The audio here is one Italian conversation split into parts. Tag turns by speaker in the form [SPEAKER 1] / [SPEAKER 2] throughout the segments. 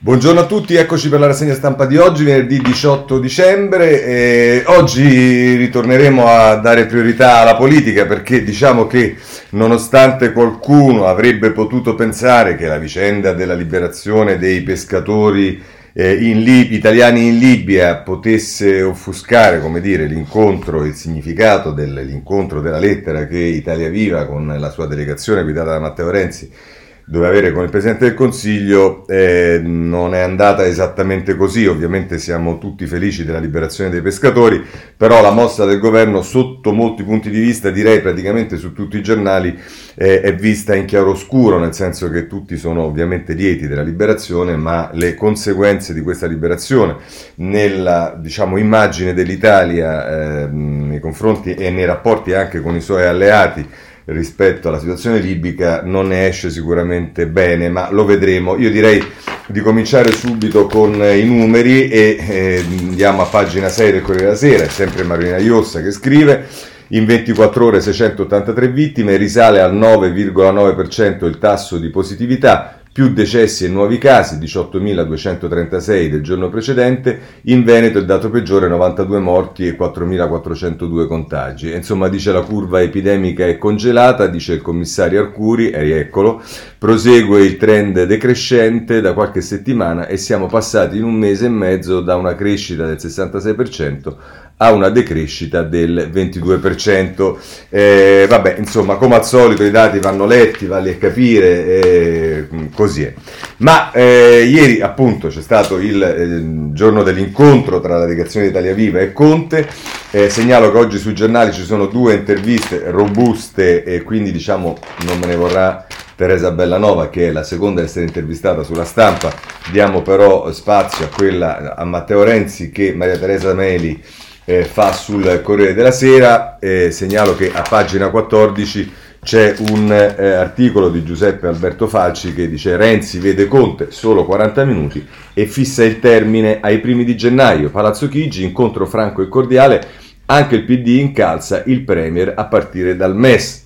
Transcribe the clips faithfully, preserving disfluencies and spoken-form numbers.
[SPEAKER 1] Buongiorno a tutti, eccoci per la rassegna stampa di oggi, venerdì diciotto dicembre. E oggi ritorneremo a dare priorità alla politica perché diciamo che nonostante qualcuno avrebbe potuto pensare che la vicenda della liberazione dei pescatori eh, in Lib- italiani in Libia potesse offuscare, come dire, l'incontro e il significato dell'incontro della lettera che Italia Viva con la sua delegazione guidata da Matteo Renzi dove avere con il Presidente del Consiglio, eh, non è andata esattamente così. Ovviamente siamo tutti felici della liberazione dei pescatori, però la mossa del governo sotto molti punti di vista, direi praticamente su tutti i giornali, eh, è vista in chiaroscuro, nel senso che tutti sono ovviamente lieti della liberazione, ma le conseguenze di questa liberazione nella, diciamo, immagine dell'Italia eh, nei confronti e nei rapporti anche con i suoi alleati rispetto alla situazione libica non ne esce sicuramente bene, ma lo vedremo. Io direi di cominciare subito con i numeri e eh, andiamo a pagina sei del Corriere della Sera. È sempre Marina Iossa che scrive: in ventiquattro ore seicentottantatré vittime, risale al nove virgola nove per cento il tasso di positività, più decessi e nuovi casi, diciottomiladuecentotrentasei del giorno precedente. In Veneto il dato peggiore, novantadue morti e quattromilaquattrocentodue contagi. Insomma, dice la curva epidemica è congelata, dice il commissario Arcuri, e eccolo, prosegue il trend decrescente da qualche settimana e siamo passati in un mese e mezzo da una crescita del sessantasei per cento a una decrescita del ventidue per cento. Eh, vabbè, insomma, come al solito i dati vanno letti, vale a capire, eh, così è. Ma eh, ieri appunto c'è stato il eh, giorno dell'incontro tra la delegazione di Italia Viva e Conte. Eh, segnalo che oggi sui giornali ci sono due interviste robuste e quindi diciamo non me ne vorrà Teresa Bellanova, che è la seconda a essere intervistata sulla Stampa. Diamo però spazio a quella a Matteo Renzi che Maria Teresa Meli Eh, fa sul Corriere della Sera. Eh, segnalo che a pagina quattordici c'è un eh, articolo di Giuseppe Alberto Falci che dice: Renzi vede Conte solo quaranta minuti e fissa il termine ai primi di gennaio. Palazzo Chigi, incontro franco e cordiale, anche il P D incalza il Premier a partire dal M E S.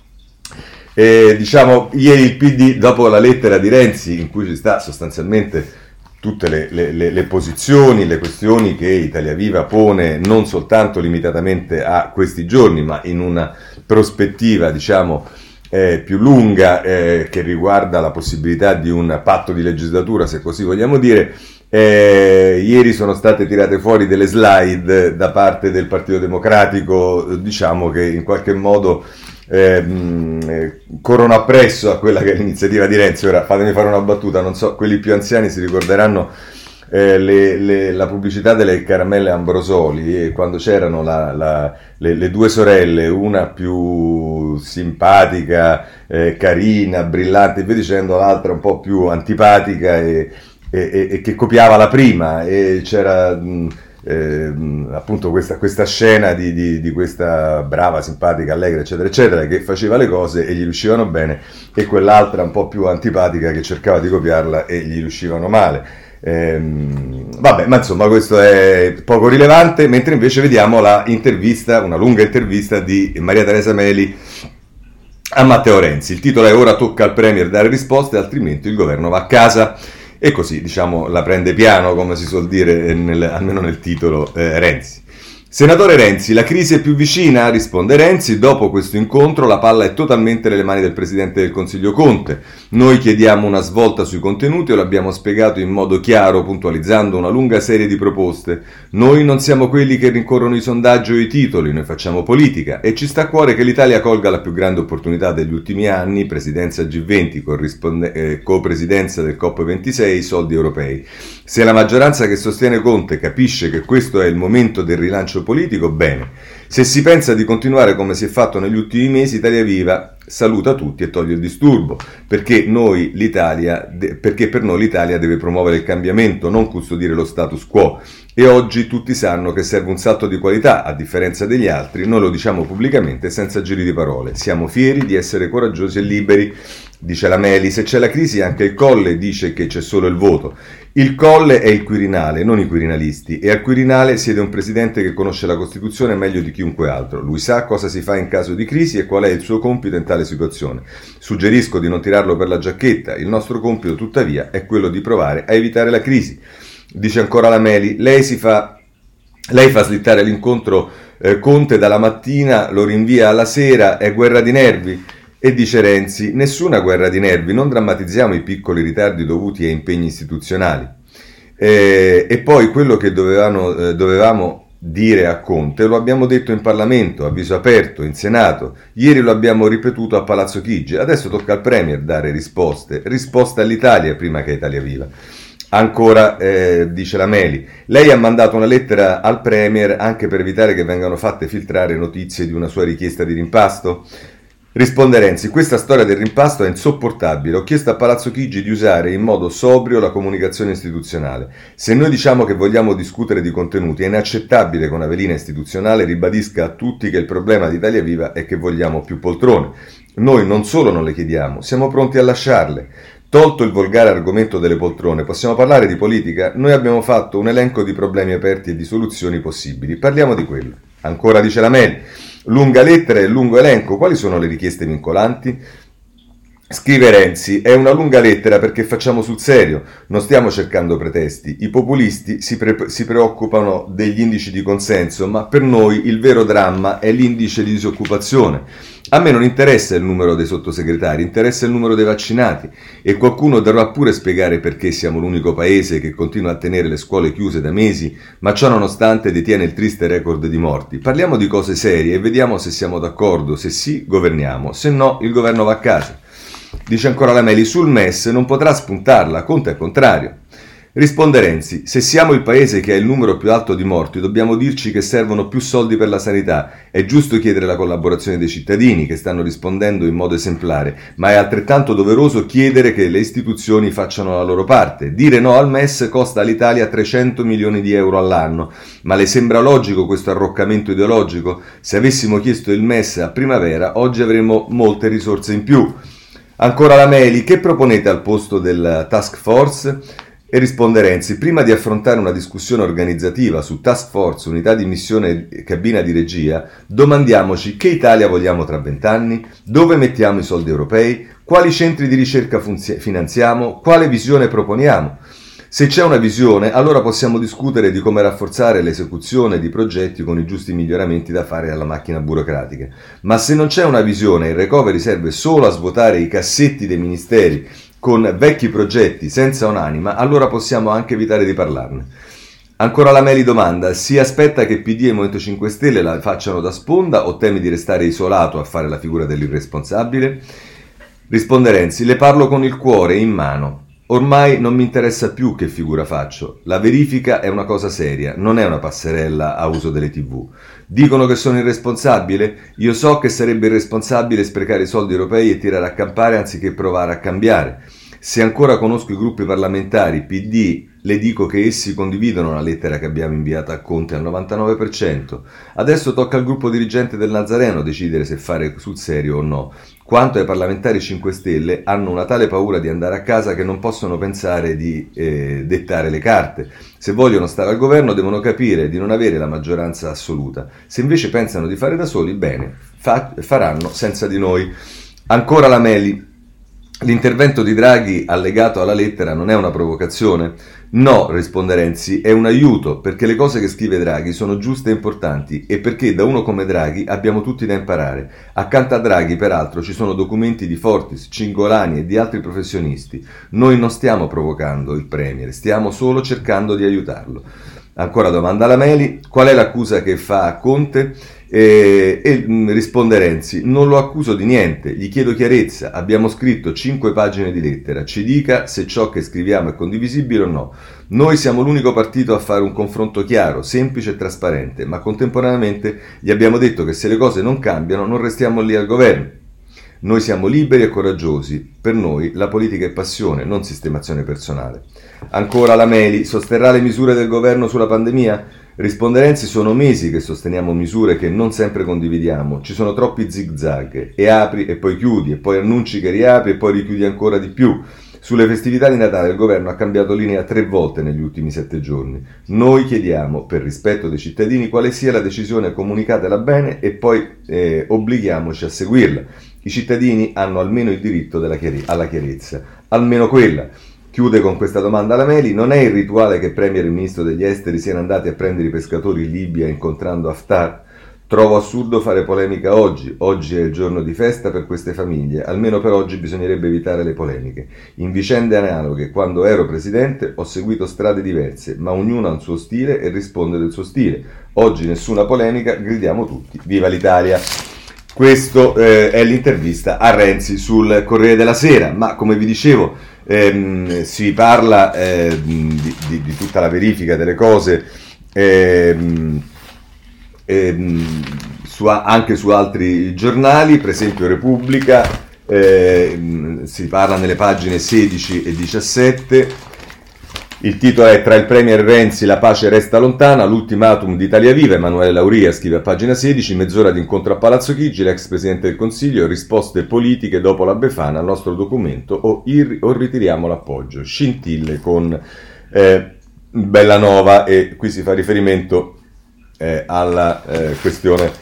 [SPEAKER 1] Eh, diciamo, ieri il P D, dopo la lettera di Renzi in cui ci sta sostanzialmente tutte le, le, le, le posizioni, le questioni che Italia Viva pone non soltanto limitatamente a questi giorni, ma in una prospettiva, diciamo, eh, più lunga, eh, che riguarda la possibilità di un patto di legislatura, se così vogliamo dire. Eh, ieri sono state tirate fuori delle slide da parte del Partito Democratico, diciamo che in qualche modo Eh, corrono appresso a quella che è l'iniziativa di Renzi. Ora fatemi fare una battuta, non so, quelli più anziani si ricorderanno eh, le, le, la pubblicità delle caramelle Ambrosoli, e quando c'erano la, la, le, le due sorelle, una più simpatica, eh, carina, brillante e via dicendo, l'altra un po' più antipatica e, e, e che copiava la prima, e c'era mh, Eh, appunto questa, questa scena di, di, di questa brava, simpatica, allegra, eccetera eccetera, che faceva le cose e gli riuscivano bene, e quell'altra un po' più antipatica che cercava di copiarla e gli riuscivano male. Eh, vabbè, ma insomma questo è poco rilevante, mentre invece vediamo la intervista, una lunga intervista di Maria Teresa Meli a Matteo Renzi. Il titolo è: ora tocca al Premier dare risposte, altrimenti il governo va a casa. E così, diciamo, la prende piano, come si suol dire, nel, almeno nel titolo, eh, Renzi. Senatore Renzi, la crisi è più vicina? Risponde Renzi: dopo questo incontro la palla è totalmente nelle mani del Presidente del Consiglio Conte. Noi chiediamo una svolta sui contenuti, e lo abbiamo spiegato in modo chiaro, puntualizzando una lunga serie di proposte. Noi non siamo quelli che rincorrono i sondaggi o i titoli, noi facciamo politica, e ci sta a cuore che l'Italia colga la più grande opportunità degli ultimi anni: presidenza G venti, corrisponde- eh, co-presidenza del COP ventisei, soldi europei. Se la maggioranza che sostiene Conte capisce che questo è il momento del rilancio politico, bene. Se si pensa di continuare come si è fatto negli ultimi mesi, Italia Viva saluta tutti e toglie il disturbo, perché, noi, l'Italia, de- perché per noi l'Italia deve promuovere il cambiamento, non custodire lo status quo. E oggi tutti sanno che serve un salto di qualità, a differenza degli altri. Noi lo diciamo pubblicamente senza giri di parole. Siamo fieri di essere coraggiosi e liberi. Dice la Meli, se c'è la crisi anche il Colle dice che c'è solo il voto. Il Colle è il Quirinale, non i quirinalisti, e al Quirinale siede un presidente che conosce la Costituzione meglio di chiunque altro. Lui sa cosa si fa in caso di crisi e qual è il suo compito in tale situazione. Suggerisco di non tirarlo per la giacchetta, il nostro compito tuttavia è quello di provare a evitare la crisi. Dice ancora la Meli, lei si fa, lei fa slittare l'incontro eh, Conte dalla mattina, lo rinvia alla sera, è guerra di nervi. E dice Renzi, nessuna guerra di nervi, non drammatizziamo i piccoli ritardi dovuti a impegni istituzionali. Eh, e poi quello che dovevano, eh, dovevamo dire a Conte lo abbiamo detto in Parlamento, a viso aperto, in Senato, ieri lo abbiamo ripetuto a Palazzo Chigi, adesso tocca al Premier dare risposte, risposte all'Italia prima che a Italia Viva. Ancora, eh, dice la Meli, lei ha mandato una lettera al Premier anche per evitare che vengano fatte filtrare notizie di una sua richiesta di rimpasto? Risponde Renzi, questa storia del rimpasto è insopportabile, ho chiesto a Palazzo Chigi di usare in modo sobrio la comunicazione istituzionale. Se noi diciamo che vogliamo discutere di contenuti, è inaccettabile che una velina istituzionale ribadisca a tutti che il problema di Italia Viva è che vogliamo più poltrone. Noi non solo non le chiediamo, siamo pronti a lasciarle. Tolto il volgare argomento delle poltrone, possiamo parlare di politica? Noi abbiamo fatto un elenco di problemi aperti e di soluzioni possibili, parliamo di quello. Ancora dice la Meli, lunga lettera e lungo elenco, quali sono le richieste vincolanti? Scrive Renzi, è una lunga lettera perché facciamo sul serio, non stiamo cercando pretesti, i populisti si, pre- si preoccupano degli indici di consenso, ma per noi il vero dramma è l'indice di disoccupazione. A me non interessa il numero dei sottosegretari, interessa il numero dei vaccinati e qualcuno dovrà pure spiegare perché siamo l'unico paese che continua a tenere le scuole chiuse da mesi, ma ciò nonostante detiene il triste record di morti. Parliamo di cose serie e vediamo se siamo d'accordo, se sì governiamo, se no il governo va a casa. Dice ancora la Meli, sul M E S non potrà spuntarla, Conte al contrario. Risponde Renzi, se siamo il paese che ha il numero più alto di morti, dobbiamo dirci che servono più soldi per la sanità. È giusto chiedere la collaborazione dei cittadini, che stanno rispondendo in modo esemplare, ma è altrettanto doveroso chiedere che le istituzioni facciano la loro parte. Dire no al M E S costa all'Italia trecento milioni di euro all'anno. Ma le sembra logico questo arroccamento ideologico? Se avessimo chiesto il M E S a primavera, oggi avremmo molte risorse in più. Ancora la Meli, che proponete al posto del task force? E risponde Renzi, prima di affrontare una discussione organizzativa su task force, unità di missione e cabina di regia, domandiamoci che Italia vogliamo tra vent'anni, dove mettiamo i soldi europei, quali centri di ricerca funzi- finanziamo, quale visione proponiamo. Se c'è una visione, allora possiamo discutere di come rafforzare l'esecuzione di progetti con i giusti miglioramenti da fare alla macchina burocratica. Ma se non c'è una visione, il recovery serve solo a svuotare i cassetti dei ministeri con vecchi progetti senza un'anima, allora possiamo anche evitare di parlarne. Ancora la Meli domanda, si aspetta che P D e Movimento cinque Stelle la facciano da sponda o temi di restare isolato a fare la figura dell'irresponsabile? Risponde Renzi, le parlo con il cuore in mano. Ormai non mi interessa più che figura faccio. La verifica è una cosa seria, non è una passerella a uso delle tivù. Dicono che sono irresponsabile? Io so che sarebbe irresponsabile sprecare i soldi europei e tirare a campare anziché provare a cambiare. Se ancora conosco i gruppi parlamentari P D, le dico che essi condividono la lettera che abbiamo inviato a Conte al novantanove per cento. Adesso tocca al gruppo dirigente del Nazareno decidere se fare sul serio o no. Quanto ai parlamentari cinque Stelle, hanno una tale paura di andare a casa che non possono pensare di eh, dettare le carte. Se vogliono stare al governo devono capire di non avere la maggioranza assoluta. Se invece pensano di fare da soli, bene, fa- faranno senza di noi. Ancora la Meli. L'intervento di Draghi allegato alla lettera non è una provocazione? No, risponde Renzi, è un aiuto, perché le cose che scrive Draghi sono giuste e importanti e perché da uno come Draghi abbiamo tutti da imparare. Accanto a Draghi, peraltro, ci sono documenti di Fortis, Cingolani e di altri professionisti. Noi non stiamo provocando il Premier, stiamo solo cercando di aiutarlo. Ancora domanda alla Meli, qual è l'accusa che fa a Conte? E, e risponde Renzi, non lo accuso di niente, gli chiedo chiarezza, abbiamo scritto cinque pagine di lettera, ci dica se ciò che scriviamo è condivisibile o no. Noi siamo l'unico partito a fare un confronto chiaro, semplice e trasparente, ma contemporaneamente gli abbiamo detto che se le cose non cambiano non restiamo lì al governo. Noi siamo liberi e coraggiosi, per noi la politica è passione, non sistemazione personale. Ancora la Meli, sosterrà le misure del governo sulla pandemia? Risponde Renzi: sono mesi che sosteniamo misure che non sempre condividiamo, ci sono troppi zig-zag, e apri e poi chiudi, e poi annunci che riapri e poi richiudi ancora di più. Sulle festività di Natale il governo ha cambiato linea tre volte negli ultimi sette giorni. Noi chiediamo, per rispetto dei cittadini, quale sia la decisione, comunicatela bene e poi eh, obblighiamoci a seguirla. I cittadini hanno almeno il diritto della chiare- alla chiarezza, almeno quella. Chiude con questa domanda la Meli: non è il rituale che Premier e il Ministro degli Esteri siano andati a prendere i pescatori in Libia incontrando Haftar? Trovo assurdo fare polemica oggi. Oggi è il giorno di festa per queste famiglie. Almeno per oggi bisognerebbe evitare le polemiche. In vicende analoghe, quando ero presidente, ho seguito strade diverse, ma ognuno ha un suo stile e risponde del suo stile. Oggi nessuna polemica, gridiamo tutti: viva l'Italia! Questo eh, è l'intervista a Renzi sul Corriere della Sera, ma come vi dicevo ehm, si parla eh, di, di, di tutta la verifica delle cose ehm, ehm, su, anche su altri giornali, per esempio Repubblica, ehm, si parla nelle pagine sedici e diciassette. Il titolo è: tra il Premier Renzi la pace resta lontana, l'ultimatum di Italia Viva. Emanuele Lauria scrive a pagina sedici: mezz'ora di incontro a Palazzo Chigi, l'ex Presidente del Consiglio, risposte politiche dopo la Befana al nostro documento o, ir- o ritiriamo l'appoggio. Scintille con eh, Bellanova, e qui si fa riferimento eh, alla eh, questione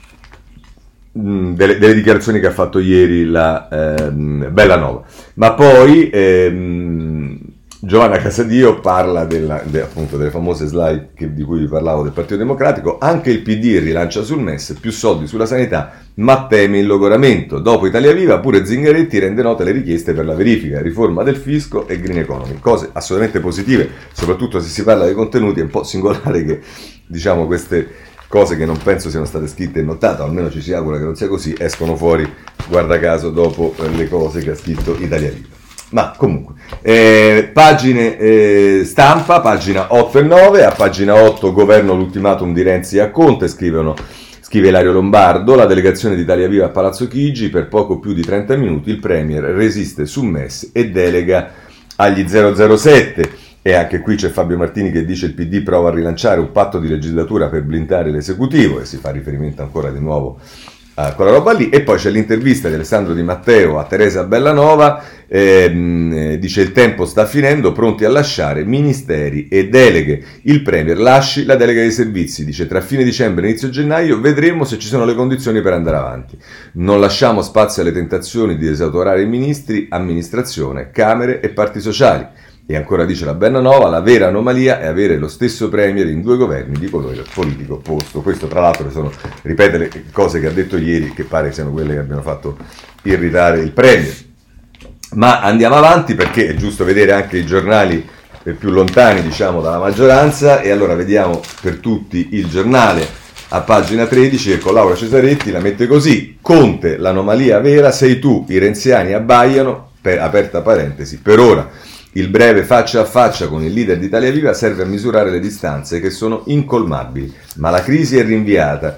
[SPEAKER 1] mh, delle, delle dichiarazioni che ha fatto ieri la ehm, Bellanova. Ma poi ehm, Giovanna Casadio parla della, de, appunto delle famose slide che, di cui vi parlavo, del Partito Democratico. Anche il P D rilancia sul M E S più soldi sulla sanità, ma teme il logoramento. Dopo Italia Viva pure Zingaretti rende note le richieste per la verifica, riforma del fisco e green economy. Cose assolutamente positive, soprattutto se si parla dei contenuti. È un po' singolare che, diciamo, queste cose che non penso siano state scritte e notate, o almeno ci si augura che non sia così, escono fuori, guarda caso, dopo le cose che ha scritto Italia Viva. Ma comunque, eh, pagine eh, stampa, pagina otto e nove. A pagina otto: governo l'ultimatum di Renzi a Conte, scrivono, scrive Ilario Lombardo. La delegazione di Italia Viva a Palazzo Chigi per poco più di trenta minuti, il Premier resiste su M E S e delega agli zero zero sette. E anche qui c'è Fabio Martini che dice: il P D prova a rilanciare un patto di legislatura per blindare l'esecutivo, e si fa riferimento ancora di nuovo a quella roba lì. E poi c'è l'intervista di Alessandro Di Matteo a Teresa Bellanova, ehm, dice: il tempo sta finendo, pronti a lasciare ministeri e deleghe. Il Premier lasci la delega dei servizi, dice: tra fine dicembre e inizio gennaio vedremo se ci sono le condizioni per andare avanti. Non lasciamo spazio alle tentazioni di esautorare i ministri, amministrazione, camere e parti sociali. E ancora dice la Bellanova: la vera anomalia è avere lo stesso Premier in due governi di colore politico opposto. Questo tra l'altro sono, ripete le cose che ha detto ieri, che pare siano quelle che abbiano fatto irritare il Premier. Ma andiamo avanti, perché è giusto vedere anche i giornali più lontani, diciamo, dalla maggioranza. E allora vediamo per tutti Il Giornale a pagina tredici, e con Laura Cesaretti la mette così: Conte, l'anomalia vera sei tu, i renziani abbaiano, per, aperta parentesi, per ora. Il breve faccia a faccia con il leader di Italia Viva serve a misurare le distanze che sono incolmabili, ma la crisi è rinviata.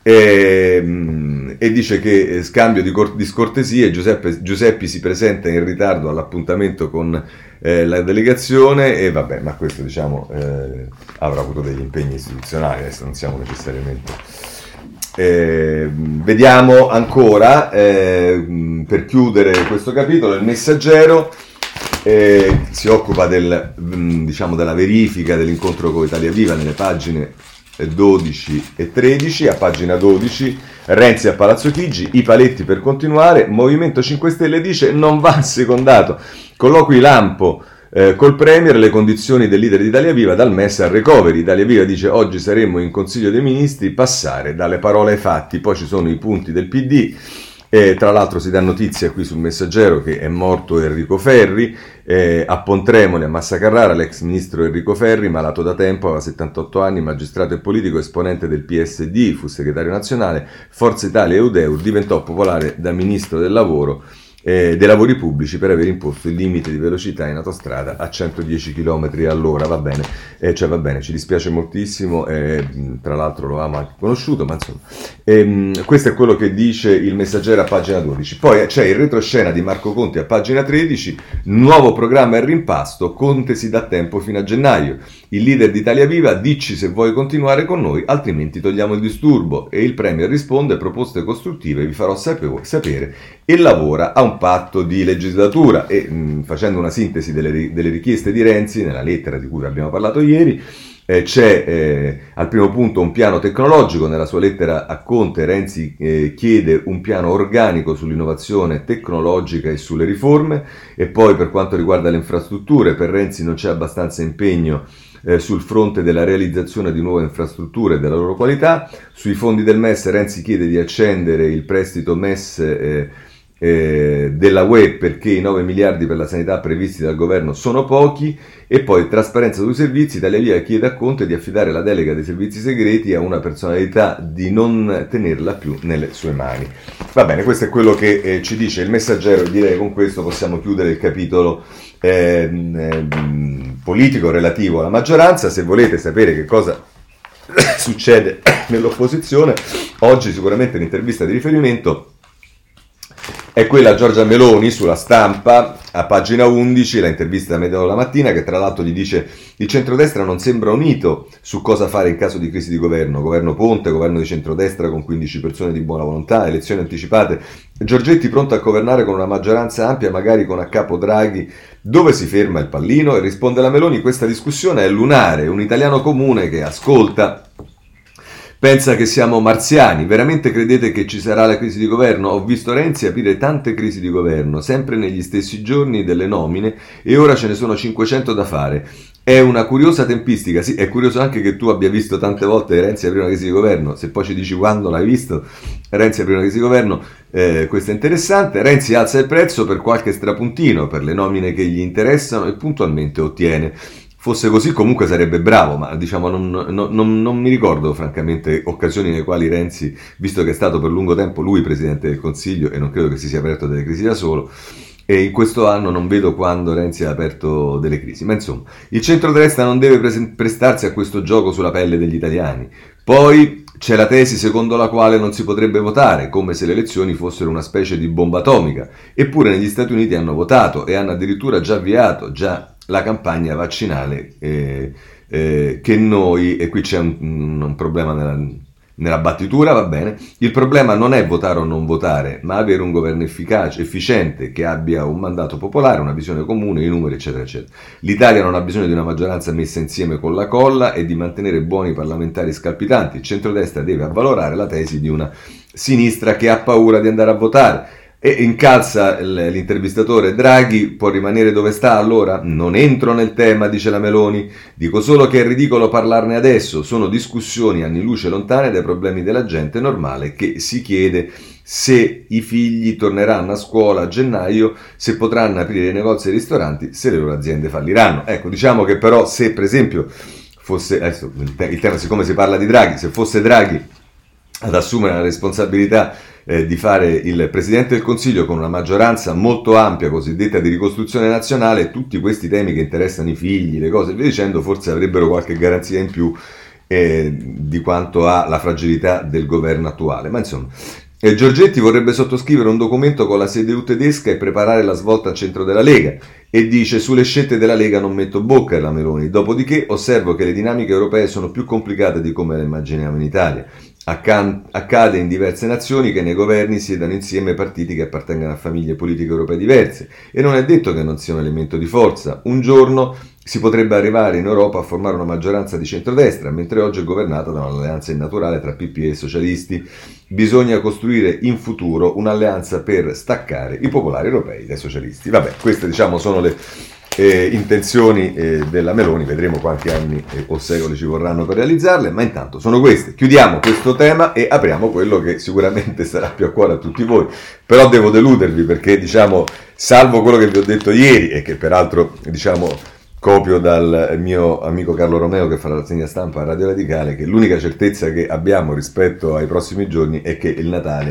[SPEAKER 1] E, e dice che scambio di, cor- di scortesie, Giuseppe, Giuseppi si presenta in ritardo all'appuntamento con eh, la delegazione, e vabbè, ma questo, diciamo, eh, avrà avuto degli impegni istituzionali, adesso non siamo necessariamente... Eh, vediamo ancora, eh, per chiudere questo capitolo, Il Messaggero. Eh, si occupa del, diciamo, della verifica dell'incontro con Italia Viva nelle pagine dodici e tredici. A pagina dodici: Renzi a Palazzo Chigi, i paletti per continuare. Movimento cinque Stelle dice: non va secondato. Colloqui lampo eh, col Premier, le condizioni del leader di Italia Viva, dal M E S al recovery. Italia Viva dice: oggi saremmo in Consiglio dei Ministri, passare dalle parole ai fatti. Poi ci sono i punti del P D. E tra l'altro si dà notizia qui sul Messaggero che è morto Enrico Ferri, eh, a Pontremoli, a Massa Carrara, l'ex ministro Enrico Ferri, malato da tempo, aveva settantotto anni, magistrato e politico, esponente del P S D, fu segretario nazionale, Forza Italia e Udeur, diventò popolare da ministro del lavoro eh, dei lavori pubblici per aver imposto il limite di velocità in autostrada a centodieci chilometri all'ora. Va bene, eh, cioè va bene, ci dispiace moltissimo, eh, tra l'altro lo avevamo anche conosciuto, ma insomma, ehm, questo è quello che dice il Messaggero a pagina dodici. Poi c'è il retroscena di Marco Conte a pagina tredici, nuovo programma al rimpasto, Conte si dà tempo fino a gennaio. Il leader di Italia Viva, dici se vuoi continuare con noi, altrimenti togliamo il disturbo. E il Premier risponde, proposte costruttive vi farò sapere, e lavora a un patto di legislatura. E mh, facendo una sintesi delle, delle richieste di Renzi, nella lettera di cui abbiamo parlato ieri, eh, c'è eh, al primo punto un piano tecnologico. Nella sua lettera a Conte Renzi eh, chiede un piano organico sull'innovazione tecnologica e sulle riforme. E poi per quanto riguarda le infrastrutture, per Renzi non c'è abbastanza impegno Eh, sul fronte della realizzazione di nuove infrastrutture e della loro qualità. Sui fondi del M E S Renzi chiede di accendere il prestito M E S eh, eh, della U E perché i nove miliardi per la sanità previsti dal governo sono pochi. E poi trasparenza sui servizi, Italia Via chiede a Conte di affidare la delega dei servizi segreti a una personalità, di non tenerla più nelle sue mani. Va bene, questo è quello che eh, ci dice il Messaggero, e direi che con questo possiamo chiudere il capitolo eh, eh, politico relativo alla maggioranza. Se volete sapere che cosa succede nell'opposizione, oggi sicuramente l'intervista di riferimento è quella a Giorgia Meloni sulla Stampa, a pagina undici, la intervista da Medeo la mattina, che tra l'altro gli dice: il centrodestra non sembra unito su cosa fare in caso di crisi di governo, governo Ponte, governo di centrodestra con quindici persone di buona volontà, elezioni anticipate, Giorgetti pronto a governare con una maggioranza ampia, magari con a capo Draghi. Dove si ferma il pallino? E risponde la Meloni: questa discussione è lunare, un italiano comune che ascolta pensa che siamo marziani. Veramente credete che ci sarà la crisi di governo? Ho visto Renzi aprire tante crisi di governo, sempre negli stessi giorni delle nomine, e ora ce ne sono cinquecento da fare. È una curiosa tempistica. Sì, è curioso anche che tu abbia visto tante volte Renzi aprire una crisi di governo. Se poi ci dici quando l'hai visto Renzi aprire una crisi di governo, eh, questo è interessante. Renzi alza il prezzo per qualche strapuntino, per le nomine che gli interessano, e puntualmente ottiene. Fosse così comunque sarebbe bravo, ma diciamo non, non, non, non mi ricordo francamente occasioni nelle quali Renzi, visto che è stato per lungo tempo lui Presidente del Consiglio e non credo che si sia aperto delle crisi da solo, e in questo anno non vedo quando Renzi ha aperto delle crisi. Ma insomma, il centrodestra non deve pres- prestarsi a questo gioco sulla pelle degli italiani. Poi c'è la tesi secondo la quale non si potrebbe votare, come se le elezioni fossero una specie di bomba atomica. Eppure negli Stati Uniti hanno votato e hanno addirittura già avviato già la campagna vaccinale eh, eh, che noi, e qui c'è un, un problema nella, nella battitura, va bene, il problema non è votare o non votare, ma avere un governo efficace, efficiente, che abbia un mandato popolare, una visione comune, i numeri, eccetera, eccetera. L'Italia non ha bisogno di una maggioranza messa insieme con la colla e di mantenere buoni parlamentari scalpitanti. Il centrodestra deve avvalorare la tesi di una sinistra che ha paura di andare a votare. E incalza l'intervistatore: Draghi può rimanere dove sta allora? Non entro nel tema, dice la Meloni, dico solo che è ridicolo parlarne adesso, sono discussioni anni luce lontane dai problemi della gente normale che si chiede se i figli torneranno a scuola a gennaio, se potranno aprire i negozi e i ristoranti, se le loro aziende falliranno. Ecco, diciamo che però se per esempio fosse, adesso il tema, siccome si parla di Draghi, se fosse Draghi ad assumere la responsabilità Eh, di fare il Presidente del Consiglio con una maggioranza molto ampia, cosiddetta di ricostruzione nazionale, tutti questi temi che interessano i figli, le cose e via dicendo, forse avrebbero qualche garanzia in più eh, di quanto ha la fragilità del governo attuale. Ma insomma, eh, Giorgetti vorrebbe sottoscrivere un documento con la C D U tedesca e preparare la svolta al centro della Lega, e dice: sulle scelte della Lega non metto bocca alla Meloni, dopodiché osservo che le dinamiche europee sono più complicate di come le immaginiamo in Italia. Accade in diverse nazioni che nei governi siedano insieme partiti che appartengono a famiglie politiche europee diverse, e non è detto che non sia un elemento di forza. Un giorno si potrebbe arrivare in Europa a formare una maggioranza di centrodestra, mentre oggi è governata da un'alleanza innaturale tra P P e socialisti. Bisogna costruire in futuro un'alleanza per staccare i popolari europei dai socialisti. Vabbè, queste diciamo sono le Eh, intenzioni eh, della Meloni, vedremo quanti anni eh, o secoli ci vorranno per realizzarle, ma intanto sono queste. Chiudiamo questo tema e apriamo quello che sicuramente sarà più a cuore a tutti voi, però devo deludervi perché, diciamo, salvo quello che vi ho detto ieri e che peraltro, diciamo, copio dal mio amico Carlo Romeo che fa la rassegna stampa a Radio Radicale, che l'unica certezza che abbiamo rispetto ai prossimi giorni è che il Natale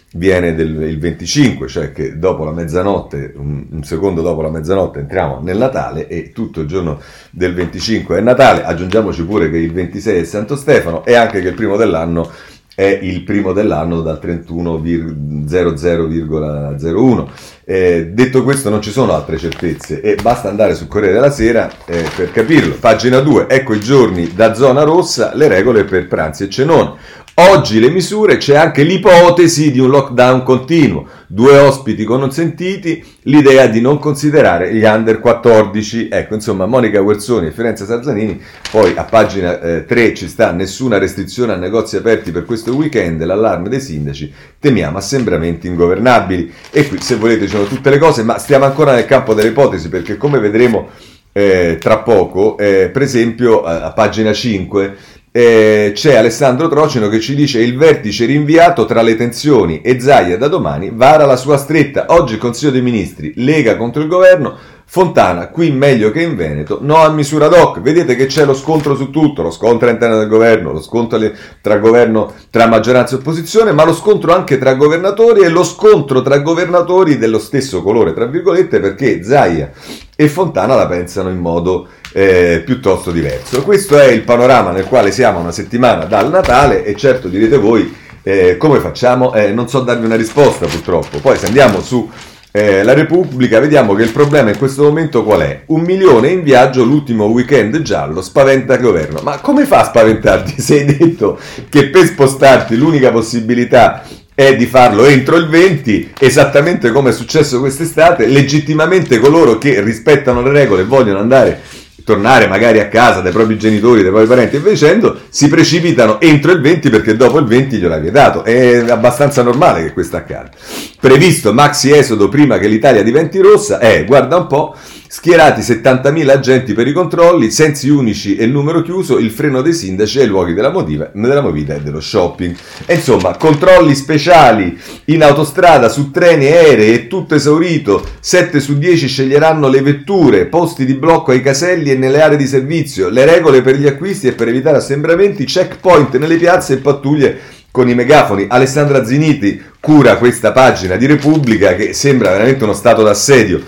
[SPEAKER 1] viene del il venticinque, cioè che dopo la mezzanotte, un, un secondo dopo la mezzanotte entriamo nel Natale e tutto il giorno del venticinque è Natale. Aggiungiamoci pure che il ventisei è Santo Stefano e anche che il primo dell'anno è il primo dell'anno dal trentuno zero zero virgola zero uno. Eh, detto questo non ci sono altre certezze e basta andare sul Corriere della Sera eh, per capirlo. Pagina due, ecco i giorni da zona rossa, le regole per pranzi e cenoni. Oggi le misure, c'è anche l'ipotesi di un lockdown continuo, due ospiti consentiti, l'idea di non considerare gli under quattordici, ecco insomma Monica Guerzoni e Fiorenza Sarzanini, poi a pagina eh, tre ci sta nessuna restrizione a negozi aperti per questo weekend, l'allarme dei sindaci, temiamo assembramenti ingovernabili e qui se volete ci sono tutte le cose, ma stiamo ancora nel campo delle ipotesi perché come vedremo eh, tra poco, eh, per esempio a, a pagina cinque, Eh, c'è Alessandro Trocino che ci dice il vertice rinviato tra le tensioni e Zaia da domani vara la sua stretta, oggi il Consiglio dei Ministri, Lega contro il governo, Fontana qui meglio che in Veneto, no a misura ad hoc, vedete che c'è lo scontro su tutto, lo scontro all'interno del governo, lo scontro tra governo, tra maggioranza e opposizione, ma lo scontro anche tra governatori e lo scontro tra governatori dello stesso colore, tra virgolette, perché Zaia e Fontana la pensano in modo Eh, piuttosto diverso. Questo è il panorama nel quale siamo una settimana dal Natale e certo direte voi eh, come facciamo? Eh, non so darvi una risposta purtroppo. Poi se andiamo su eh, La Repubblica vediamo che il problema in questo momento qual è? Un milione in viaggio l'ultimo weekend giallo, spaventa il governo. Ma come fa a spaventarti se hai detto che per spostarti l'unica possibilità è di farlo entro il venti, esattamente come è successo quest'estate, legittimamente coloro che rispettano le regole e vogliono andare tornare magari a casa dai propri genitori, dai propri parenti e via dicendo, si precipitano entro il venti perché dopo il venti glielo ha vietato. È abbastanza normale che questo accada. Previsto maxi esodo prima che l'Italia diventi rossa, eh, guarda un po', schierati settantamila agenti per i controlli, sensi unici e il numero chiuso, il freno dei sindaci ai luoghi della, motiva, della movida e dello shopping. E insomma, controlli speciali in autostrada, su treni e aerei, è tutto esaurito, sette su dieci sceglieranno le vetture, posti di blocco ai caselli e nelle aree di servizio, le regole per gli acquisti e per evitare assembramenti, checkpoint nelle piazze e pattuglie con i megafoni. Alessandra Ziniti cura questa pagina di Repubblica che sembra veramente uno stato d'assedio.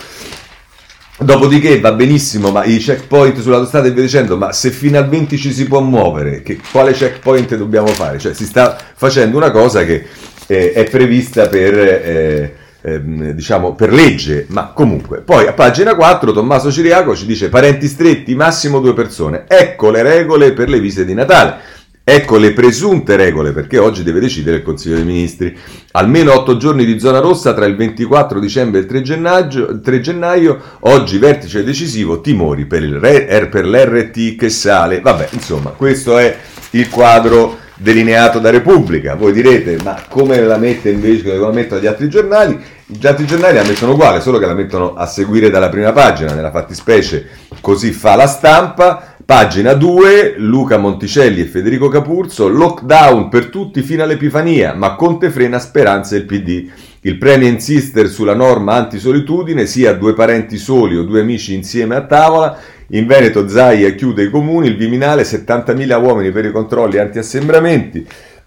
[SPEAKER 1] Dopodiché va benissimo, ma i checkpoint sull'autostrada e via dicendo, ma se fino al venti ci si può muovere, che, quale checkpoint dobbiamo fare? Cioè si sta facendo una cosa che eh, è prevista per, eh, eh, diciamo, per legge, ma comunque. Poi a pagina quattro Tommaso Ciriaco ci dice parenti stretti, massimo due persone, ecco le regole per le visite di Natale. Ecco le presunte regole, perché oggi deve decidere il Consiglio dei Ministri. Almeno otto giorni di zona rossa tra il ventiquattro dicembre e il tre gennaio, il tre gennaio oggi vertice decisivo, timori per, il re, per l'R T che sale. Vabbè, insomma, questo è il quadro delineato da Repubblica. Voi direte, ma come la mette invece come la mettono gli altri giornali? Gli altri giornali la mettono uguale, solo che la mettono a seguire dalla prima pagina, nella fattispecie così fa La Stampa. Pagina due, Luca Monticelli e Federico Capurzo, lockdown per tutti fino all'Epifania, ma Conte frena speranze del P D. Il Premier insiste sulla norma antisolitudine, sia due parenti soli o due amici insieme a tavola. In Veneto Zaia chiude i comuni, il Viminale, settantamila uomini per i controlli anti-assembramenti.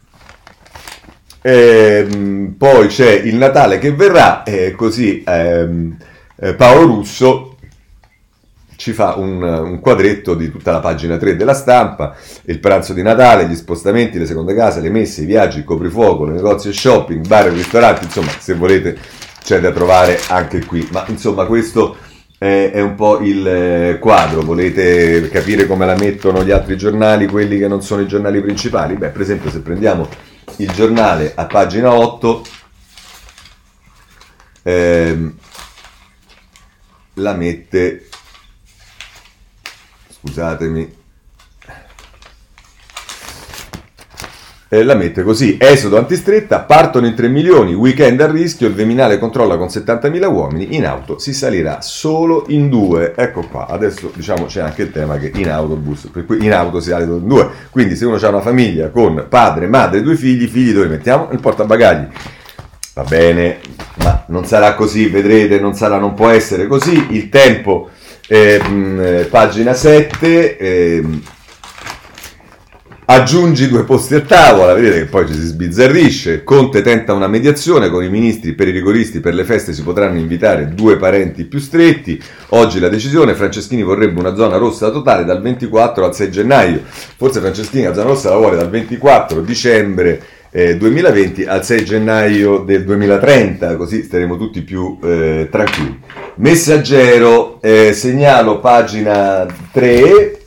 [SPEAKER 1] Ehm, poi c'è il Natale che verrà, eh, così ehm, eh, Paolo Russo ci fa un, un quadretto di tutta la pagina tre della Stampa, il pranzo di Natale, gli spostamenti, le seconde case, le messe, i viaggi, il coprifuoco, le negozi e shopping, bar e ristoranti, insomma se volete c'è da trovare anche qui, ma insomma questo è, è un po' il quadro. Volete capire come la mettono gli altri giornali, quelli che non sono i giornali principali? Beh, per esempio se prendiamo il Giornale a pagina otto, ehm, la mette... Scusatemi, eh, la mette così: esodo antistretta, partono in tre milioni, weekend a rischio, il Viminale controlla con settantamila uomini, in auto si salirà solo in due. Ecco qua, adesso diciamo c'è anche il tema che in autobus, per cui in auto si sale solo in due, quindi se uno ha una famiglia con padre, madre, due figli, figli dove mettiamo? Nel portabagagli. Va bene, ma non sarà così, vedrete, non sarà, non può essere così. Il Tempo... Eh, mh, pagina sette, eh, Aggiungi due posti a tavola, vedete che poi ci si sbizzarrisce. Conte tenta una mediazione con i ministri, per i rigoristi per le feste si potranno invitare due parenti più stretti. Oggi la decisione, Franceschini vorrebbe una zona rossa totale dal ventiquattro al sei gennaio. Forse Franceschini la zona rossa la vuole dal ventiquattro dicembre eh, duemilaventi al sei gennaio del duemilatrenta, così staremo tutti più eh, tranquilli. Messaggero, eh, segnalo pagina tre.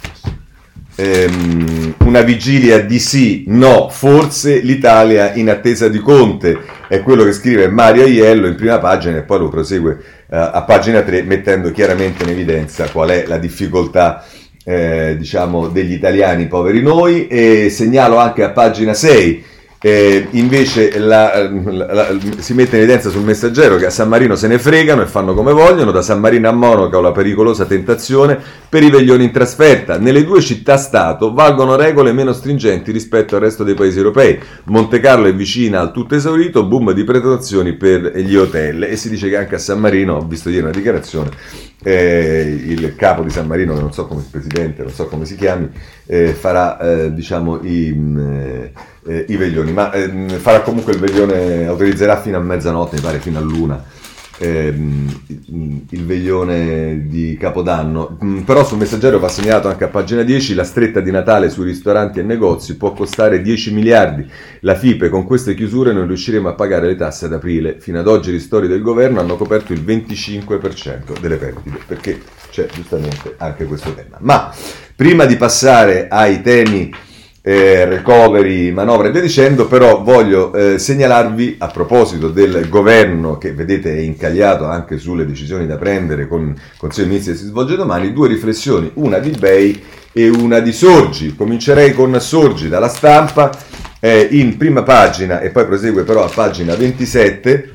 [SPEAKER 1] Ehm, una vigilia di sì, no, forse l'Italia in attesa di Conte, è quello che scrive Mario Aiello in prima pagina e poi lo prosegue eh, a pagina tre mettendo chiaramente in evidenza qual è la difficoltà eh, diciamo degli italiani poveri noi. E segnalo anche a pagina sei Eh, invece la, la, la, si mette in evidenza sul Messaggero che a San Marino se ne fregano e fanno come vogliono. Da San Marino a Monaco la pericolosa tentazione per i veglioni in trasferta. Nelle due città-stato valgono regole meno stringenti rispetto al resto dei paesi europei. Monte Carlo è vicina al tutto esaurito, boom di prenotazioni per gli hotel. E si dice che anche a San Marino, ho visto ieri una dichiarazione, eh, il capo di San Marino, che non so come il presidente, non so come si chiami, eh, farà eh, diciamo i... Eh, Eh, i veglioni, ma eh, farà comunque il veglione, autorizzerà fino a mezzanotte, mi pare fino a luna, ehm, il veglione di Capodanno. Mm, però sul Messaggero va segnalato anche a pagina dieci: la stretta di Natale sui ristoranti e negozi può costare dieci miliardi. La FIPE, con queste chiusure non riusciremo a pagare le tasse ad aprile. Fino ad oggi i ristori del governo hanno coperto il venticinque per cento delle perdite, perché c'è giustamente anche questo tema. Ma prima di passare ai temi Eh, recovery, manovra e via dicendo, però voglio eh, segnalarvi, a proposito del governo che vedete è incagliato anche sulle decisioni da prendere con il Consiglio dei Ministri che si svolge domani, due riflessioni, una di Bei e una di Sorgi. Comincerei con Sorgi dalla Stampa, eh, in prima pagina, e poi prosegue però a pagina ventisette,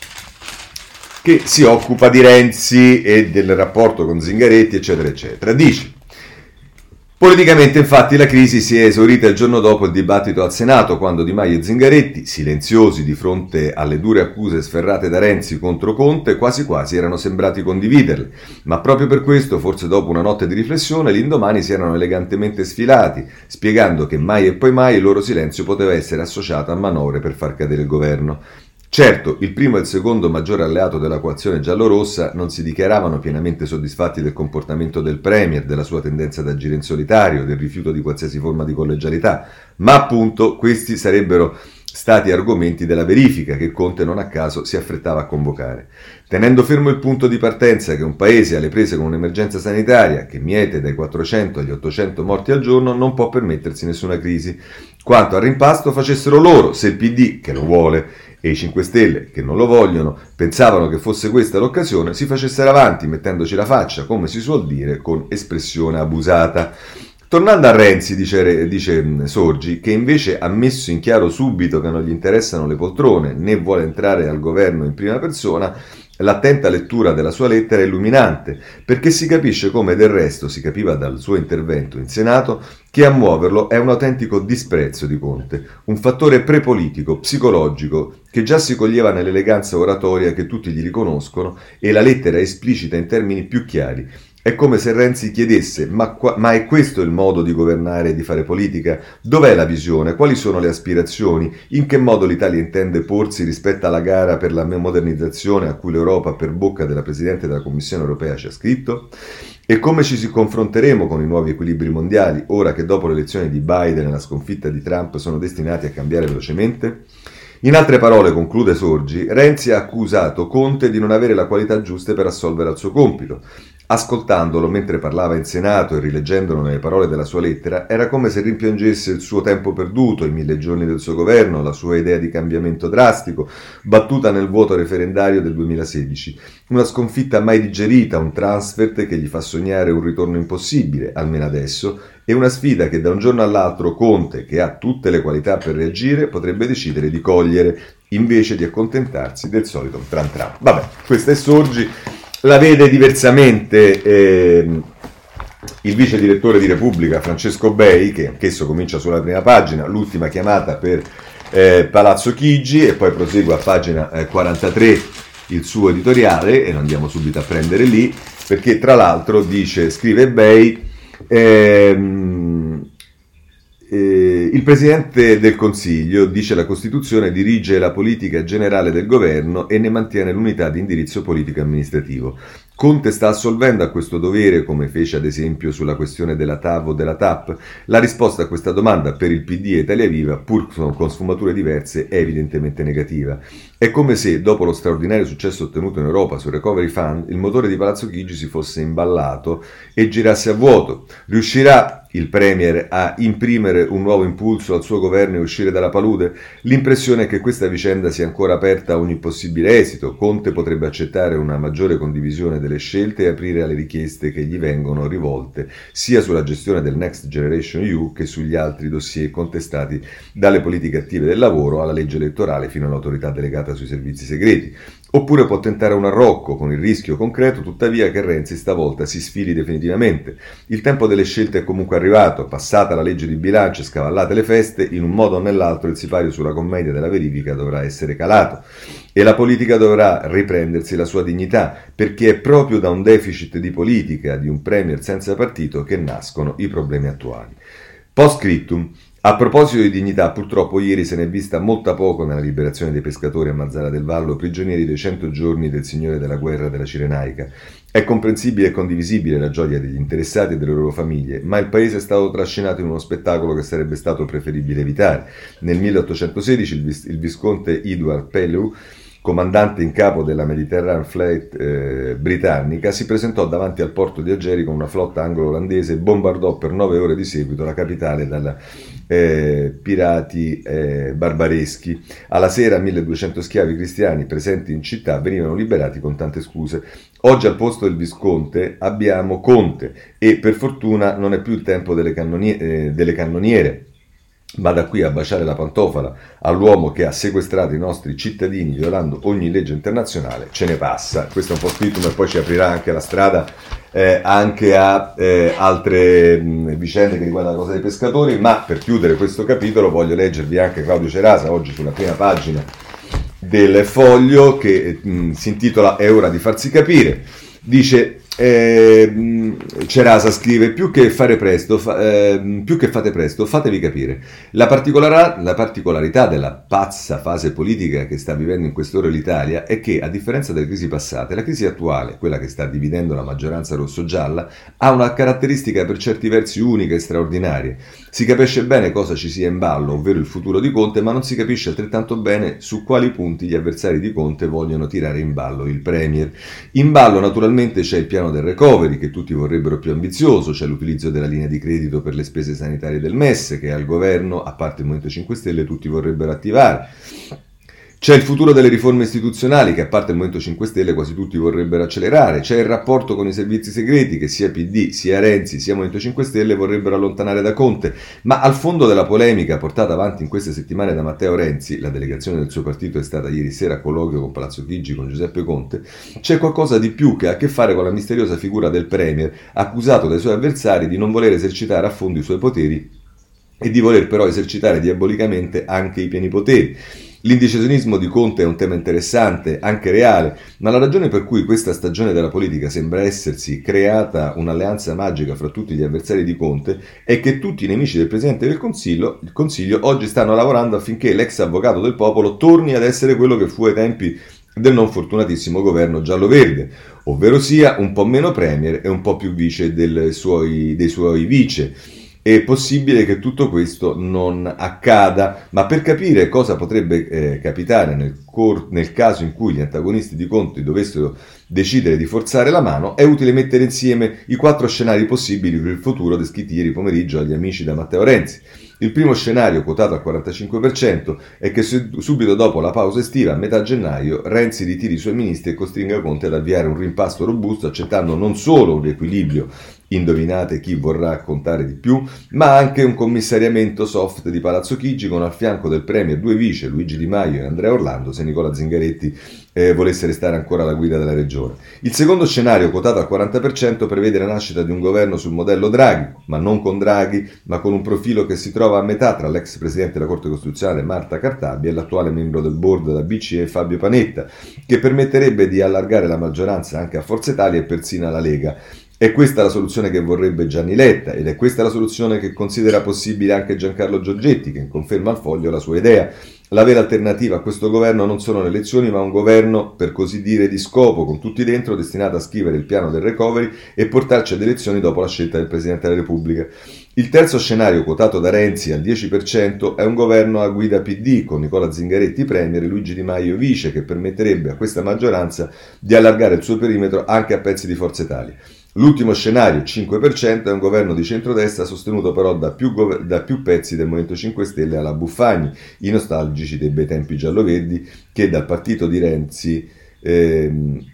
[SPEAKER 1] che si occupa di Renzi e del rapporto con Zingaretti eccetera eccetera. Dice: politicamente, infatti, la crisi si è esaurita il giorno dopo il dibattito al Senato, quando Di Maio e Zingaretti, silenziosi di fronte alle dure accuse sferrate da Renzi contro Conte, quasi quasi erano sembrati condividerle. Ma proprio per questo, forse dopo una notte di riflessione, l'indomani si erano elegantemente sfilati, spiegando che mai e poi mai il loro silenzio poteva essere associato a manovre per far cadere il governo. Certo, il primo e il secondo maggiore alleato della coalizione giallorossa non si dichiaravano pienamente soddisfatti del comportamento del Premier, della sua tendenza ad agire in solitario, del rifiuto di qualsiasi forma di collegialità, ma appunto questi sarebbero stati argomenti della verifica che Conte non a caso si affrettava a convocare. Tenendo fermo il punto di partenza che un paese alle prese con un'emergenza sanitaria che miete dai quattrocento agli ottocento morti al giorno non può permettersi nessuna crisi. Quanto al rimpasto facessero loro, se il P D, che lo vuole, e i cinque Stelle, che non lo vogliono, pensavano che fosse questa l'occasione, si facessero avanti mettendoci la faccia, come si suol dire, con espressione abusata. Tornando a Renzi, dice, dice Sorgi, che invece ha messo in chiaro subito che non gli interessano le poltrone, né vuole entrare al governo in prima persona, l'attenta lettura della sua lettera è illuminante, perché si capisce come del resto si capiva dal suo intervento in Senato che a muoverlo è un autentico disprezzo di Conte, un fattore prepolitico, psicologico, che già si coglieva nell'eleganza oratoria che tutti gli riconoscono, e la lettera esplicita in termini più chiari. È come se Renzi chiedesse: ma, qua, ma è questo il modo di governare e di fare politica? Dov'è la visione? Quali sono le aspirazioni? In che modo l'Italia intende porsi rispetto alla gara per la modernizzazione a cui l'Europa, per bocca della Presidente della Commissione europea, ci ha scritto? E come ci si confronteremo con i nuovi equilibri mondiali, ora che dopo l'elezione di Biden e la sconfitta di Trump sono destinati a cambiare velocemente? In altre parole, conclude Sorgi, Renzi ha accusato Conte di non avere la qualità giuste per assolvere al suo compito. Ascoltandolo mentre parlava in Senato e rileggendolo nelle parole della sua lettera, era come se rimpiangesse il suo tempo perduto, i mille giorni del suo governo, la sua idea di cambiamento drastico, battuta nel voto referendario del duemilasedici. Una sconfitta mai digerita, un transfert che gli fa sognare un ritorno impossibile, almeno adesso, e una sfida che da un giorno all'altro Conte, che ha tutte le qualità per reagire, potrebbe decidere di cogliere, invece di accontentarsi del solito tran tran. Vabbè, questa è Sorgi. La vede diversamente eh, il vice direttore di Repubblica Francesco Bei, che anch'esso comincia sulla prima pagina, l'ultima chiamata per eh, Palazzo Chigi, e poi prosegue a pagina eh, quarantatré il suo editoriale, e lo andiamo subito a prendere lì, perché tra l'altro dice, scrive Bei, ehm, eh, il Presidente del Consiglio, dice la Costituzione, dirige la politica generale del governo e ne mantiene l'unità di indirizzo politico-amministrativo. Conte sta assolvendo a questo dovere, come fece ad esempio sulla questione della T A V o della T A P? La risposta a questa domanda per il P D e Italia Viva, pur con sfumature diverse, è evidentemente negativa. È come se, dopo lo straordinario successo ottenuto in Europa sul Recovery Fund, il motore di Palazzo Chigi si fosse imballato e girasse a vuoto. Riuscirà il Premier a imprimere un nuovo impulso al suo governo e uscire dalla palude? L'impressione è che questa vicenda sia ancora aperta a ogni possibile esito. Conte potrebbe accettare una maggiore condivisione delle scelte e aprire alle richieste che gli vengono rivolte sia sulla gestione del Next Generation E U che sugli altri dossier contestati, dalle politiche attive del lavoro alla legge elettorale fino all'autorità delegata sui servizi segreti. Oppure può tentare un arrocco, con il rischio concreto tuttavia che Renzi stavolta si sfili definitivamente. Il tempo delle scelte è comunque arrivato, passata la legge di bilancio e scavallate le feste, in un modo o nell'altro il sipario sulla commedia della verifica dovrà essere calato e la politica dovrà riprendersi la sua dignità, perché è proprio da un deficit di politica, di un premier senza partito, che nascono i problemi attuali. Post scriptum. A proposito di dignità, purtroppo ieri se ne è vista molta poco nella liberazione dei pescatori a Mazzara del Vallo, prigionieri dei cento giorni del Signore della Guerra della Cirenaica. È comprensibile e condivisibile la gioia degli interessati e delle loro famiglie, ma il paese è stato trascinato in uno spettacolo che sarebbe stato preferibile evitare. Nel milleottocentosedici il, vis- il visconte Edward Pellew, comandante in capo della Mediterranean Fleet eh, britannica, si presentò davanti al porto di Algeri con una flotta anglo-olandese e bombardò per nove ore di seguito la capitale dalla eh, pirati eh, barbareschi. Alla sera milleduecento schiavi cristiani presenti in città venivano liberati con tante scuse. Oggi al posto del visconte abbiamo Conte e per fortuna non è più il tempo delle, cannonie- eh, delle cannoniere. Ma da qui a baciare la pantofala all'uomo che ha sequestrato i nostri cittadini violando ogni legge internazionale, ce ne passa. Questo è un po' scritto, ma poi ci aprirà anche la strada eh, anche a eh, altre mh, vicende che riguardano la cosa dei pescatori. Ma per chiudere questo capitolo voglio leggervi anche Claudio Cerasa, oggi sulla prima pagina del Foglio, che mh, si intitola È ora di farsi capire. Dice... Eh, Cerasa scrive: più che fare presto, fa, eh, più che fate presto, fatevi capire. La, particolar- la particolarità della pazza fase politica che sta vivendo in queste ore l'Italia è che, a differenza delle crisi passate, la crisi attuale, quella che sta dividendo la maggioranza rosso-gialla, ha una caratteristica per certi versi unica e straordinaria. Si capisce bene cosa ci sia in ballo, ovvero il futuro di Conte, ma non si capisce altrettanto bene su quali punti gli avversari di Conte vogliono tirare in ballo il Premier. In ballo naturalmente c'è il piano del recovery che tutti vorrebbero più ambizioso, c'è l'utilizzo della linea di credito per le spese sanitarie del M E S che al governo, a parte il Movimento cinque Stelle, tutti vorrebbero attivare. C'è il futuro delle riforme istituzionali che a parte il Movimento cinque Stelle quasi tutti vorrebbero accelerare, c'è il rapporto con i servizi segreti che sia P D, sia Renzi, sia Movimento cinque Stelle vorrebbero allontanare da Conte, ma al fondo della polemica portata avanti in queste settimane da Matteo Renzi, la delegazione del suo partito è stata ieri sera a colloquio con Palazzo Chigi con Giuseppe Conte, c'è qualcosa di più che ha a che fare con la misteriosa figura del Premier, accusato dai suoi avversari di non voler esercitare a fondo i suoi poteri e di voler però esercitare diabolicamente anche i pieni poteri. L'indecisionismo di Conte è un tema interessante, anche reale, ma la ragione per cui questa stagione della politica sembra essersi creata un'alleanza magica fra tutti gli avversari di Conte è che tutti i nemici del Presidente del Consiglio, il Consiglio oggi stanno lavorando affinché l'ex avvocato del popolo torni ad essere quello che fu ai tempi del non fortunatissimo governo giallo-verde, ovvero sia un po' meno premier e un po' più vice del suoi, dei suoi vice. È possibile che tutto questo non accada, ma per capire cosa potrebbe eh, capitare nel, cor- nel caso in cui gli antagonisti di Conte dovessero decidere di forzare la mano, è utile mettere insieme i quattro scenari possibili per il futuro descritti ieri pomeriggio agli amici da Matteo Renzi. Il primo scenario, quotato al quarantacinque per cento, è che subito dopo la pausa estiva, a metà gennaio, Renzi ritiri i suoi ministri e costringa Conte ad avviare un rimpasto robusto, accettando non solo un riequilibrio, indovinate chi vorrà contare di più, ma anche un commissariamento soft di Palazzo Chigi con al fianco del Premier due vice, Luigi Di Maio e Andrea Orlando, se Nicola Zingaretti eh, volesse restare ancora alla guida della regione. Il secondo scenario, quotato al quaranta per cento, prevede la nascita di un governo sul modello Draghi, ma non con Draghi, ma con un profilo che si trova a metà tra l'ex Presidente della Corte Costituzionale Marta Cartabia e l'attuale membro del board della B C E Fabio Panetta, che permetterebbe di allargare la maggioranza anche a Forza Italia e persino alla Lega. È questa la soluzione che vorrebbe Gianni Letta ed è questa la soluzione che considera possibile anche Giancarlo Giorgetti, che conferma al Foglio la sua idea. La vera alternativa a questo governo non sono le elezioni, ma un governo, per così dire, di scopo, con tutti dentro, destinato a scrivere il piano del recovery e portarci ad elezioni dopo la scelta del Presidente della Repubblica. Il terzo scenario, quotato da Renzi al dieci per cento, è un governo a guida P D, con Nicola Zingaretti premier e Luigi Di Maio vice, che permetterebbe a questa maggioranza di allargare il suo perimetro anche a pezzi di Forza Italia. L'ultimo scenario, cinque per cento, è un governo di centrodestra sostenuto però da più, gov- da più pezzi del Movimento cinque Stelle alla Buffagni, i nostalgici dei bei tempi gialloverdi, che dal partito di Renzi... Ehm,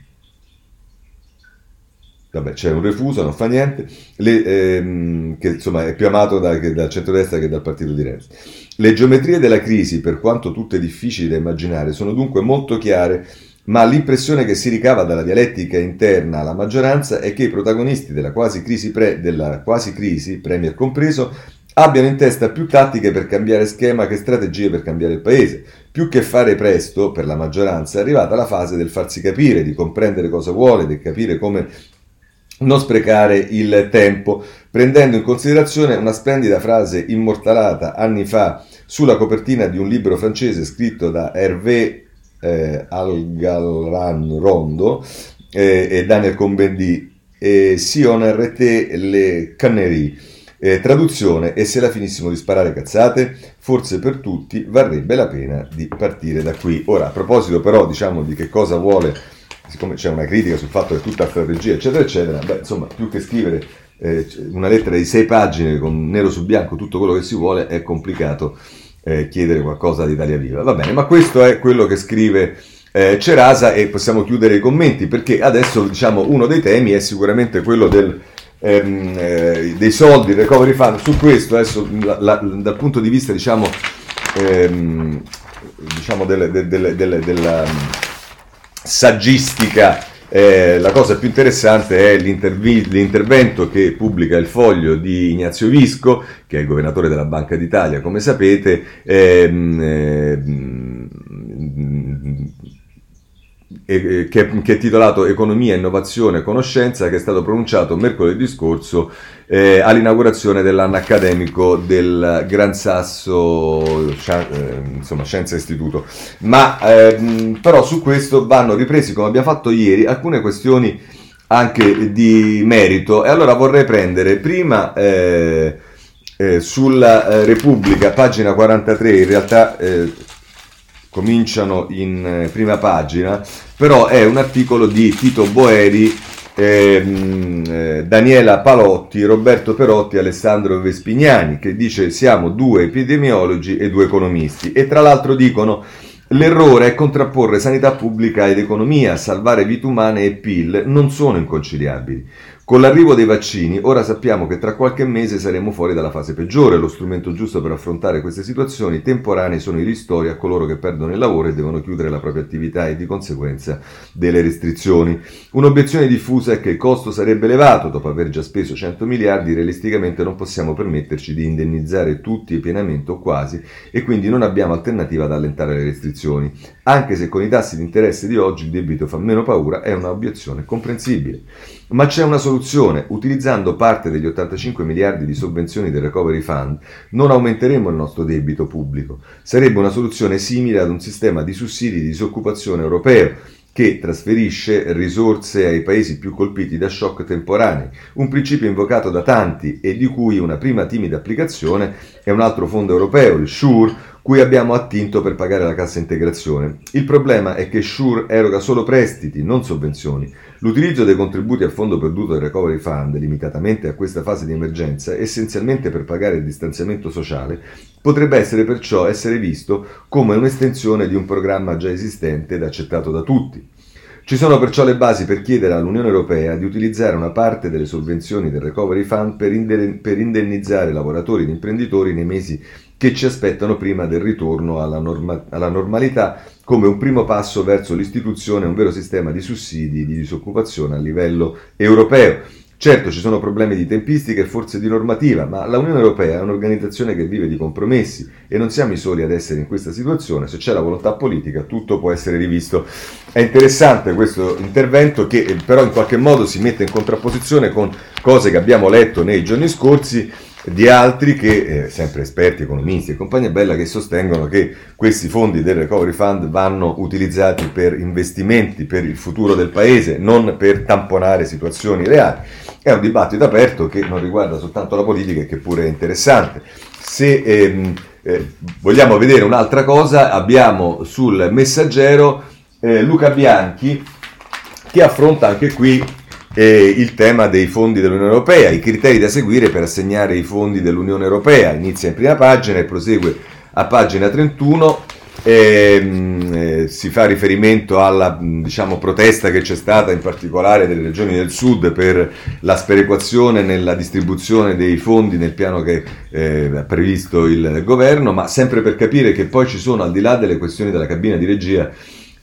[SPEAKER 1] Vabbè, c'è un refuso, non fa niente, le, ehm, che insomma è più amato da, che dal centrodestra che dal partito di Renzi. Le geometrie della crisi, per quanto tutte difficili da immaginare, sono dunque molto chiare, ma l'impressione che si ricava dalla dialettica interna alla maggioranza è che i protagonisti della quasi crisi, pre, della quasi crisi, premier compreso, abbiano in testa più tattiche per cambiare schema che strategie per cambiare il paese. Più che fare presto, per la maggioranza, è arrivata la fase del farsi capire, di comprendere cosa vuole, di capire come non sprecare il tempo, prendendo in considerazione una splendida frase immortalata anni fa sulla copertina di un libro francese scritto da Hervé eh, Algalran-Rondo eh, e Daniel Cohn-Bendit, eh, Si on arrêtait les conneries. Eh, traduzione: e se la finissimo di sparare cazzate? Forse per tutti varrebbe la pena di partire da qui. Ora, a proposito però, diciamo, di che cosa vuole, siccome c'è una critica sul fatto che è tutta strategia, eccetera, eccetera, beh, insomma, più che scrivere eh, una lettera di sei pagine con nero su bianco tutto quello che si vuole, è complicato eh, chiedere qualcosa ad Italia Viva. Va bene, ma questo è quello che scrive eh, Cerasa e possiamo chiudere i commenti, perché adesso, diciamo, uno dei temi è sicuramente quello del, ehm, eh, dei soldi, il recovery fund. Su questo, adesso, la, la, dal punto di vista, diciamo, ehm, diciamo del, del, del, del, della saggistica, eh, la cosa più interessante è l'intervento che pubblica il Foglio di Ignazio Visco, che è il governatore della Banca d'Italia, come sapete, ehm, ehm, Che, che è titolato Economia, Innovazione e Conoscenza, che è stato pronunciato mercoledì scorso eh, all'inaugurazione dell'anno accademico del Gran Sasso eh, insomma, Scienza Istituto. Ma ehm, però su questo vanno ripresi, come abbiamo fatto ieri, alcune questioni anche di merito, e allora vorrei prendere prima eh, eh, sulla eh, Repubblica, pagina quarantatré, in realtà eh, cominciano in eh, prima pagina, però è un articolo di Tito Boeri, ehm, eh, Daniela Palotti, Roberto Perotti e Alessandro Vespignani, che dice: siamo due epidemiologi e due economisti, e tra l'altro dicono: l'errore è contrapporre sanità pubblica ed economia, salvare vite umane e P I L non sono inconciliabili. Con l'arrivo dei vaccini, ora sappiamo che tra qualche mese saremo fuori dalla fase peggiore. Lo strumento giusto per affrontare queste situazioni temporanee sono i ristori a coloro che perdono il lavoro e devono chiudere la propria attività e di conseguenza delle restrizioni. Un'obiezione diffusa è che il costo sarebbe elevato. Dopo aver già speso cento miliardi, realisticamente non possiamo permetterci di indennizzare tutti pienamente o quasi, e quindi non abbiamo alternativa ad allentare le restrizioni. Anche se con i tassi di interesse di oggi il debito fa meno paura, è un'obiezione comprensibile. Ma c'è una soluzione: utilizzando parte degli ottantacinque miliardi di sovvenzioni del Recovery Fund non aumenteremo il nostro debito pubblico. Sarebbe una soluzione simile ad un sistema di sussidi di disoccupazione europeo che trasferisce risorse ai paesi più colpiti da shock temporanei, un principio invocato da tanti e di cui una prima timida applicazione è un altro fondo europeo, il SURE, cui abbiamo attinto per pagare la cassa integrazione. Il problema è che SURE eroga solo prestiti, non sovvenzioni. L'utilizzo dei contributi a fondo perduto del Recovery Fund, limitatamente a questa fase di emergenza, essenzialmente per pagare il distanziamento sociale, potrebbe essere perciò essere visto come un'estensione di un programma già esistente ed accettato da tutti. Ci sono perciò le basi per chiedere all'Unione Europea di utilizzare una parte delle sovvenzioni del Recovery Fund per, inde- per indennizzare lavoratori ed imprenditori nei mesi che ci aspettano prima del ritorno alla, norma- alla normalità, come un primo passo verso l'istituzione di un vero sistema di sussidi di disoccupazione a livello europeo. Certo, ci sono problemi di tempistica e forse di normativa, ma l'Unione Europea è un'organizzazione che vive di compromessi e non siamo i soli ad essere in questa situazione. Se c'è la volontà politica, tutto può essere rivisto. È interessante questo intervento che però in qualche modo si mette in contrapposizione con cose che abbiamo letto nei giorni scorsi di altri che, eh, sempre esperti, economisti e compagnia bella, che sostengono che questi fondi del Recovery Fund vanno utilizzati per investimenti per il futuro del paese, non per tamponare situazioni reali. È un dibattito aperto che non riguarda soltanto la politica e che pure è interessante. Se ehm, eh, vogliamo vedere un'altra cosa, abbiamo sul Messaggero eh, Luca Bianchi che affronta anche qui eh, il tema dei fondi dell'Unione Europea, i criteri da seguire per assegnare i fondi dell'Unione Europea. Inizia in prima pagina e prosegue a pagina trentuno. Eh, eh, si fa riferimento alla diciamo, protesta che c'è stata in particolare delle regioni del sud per la sperequazione nella distribuzione dei fondi nel piano che eh, ha previsto il governo, ma sempre per capire che poi ci sono, al di là delle questioni della cabina di regia,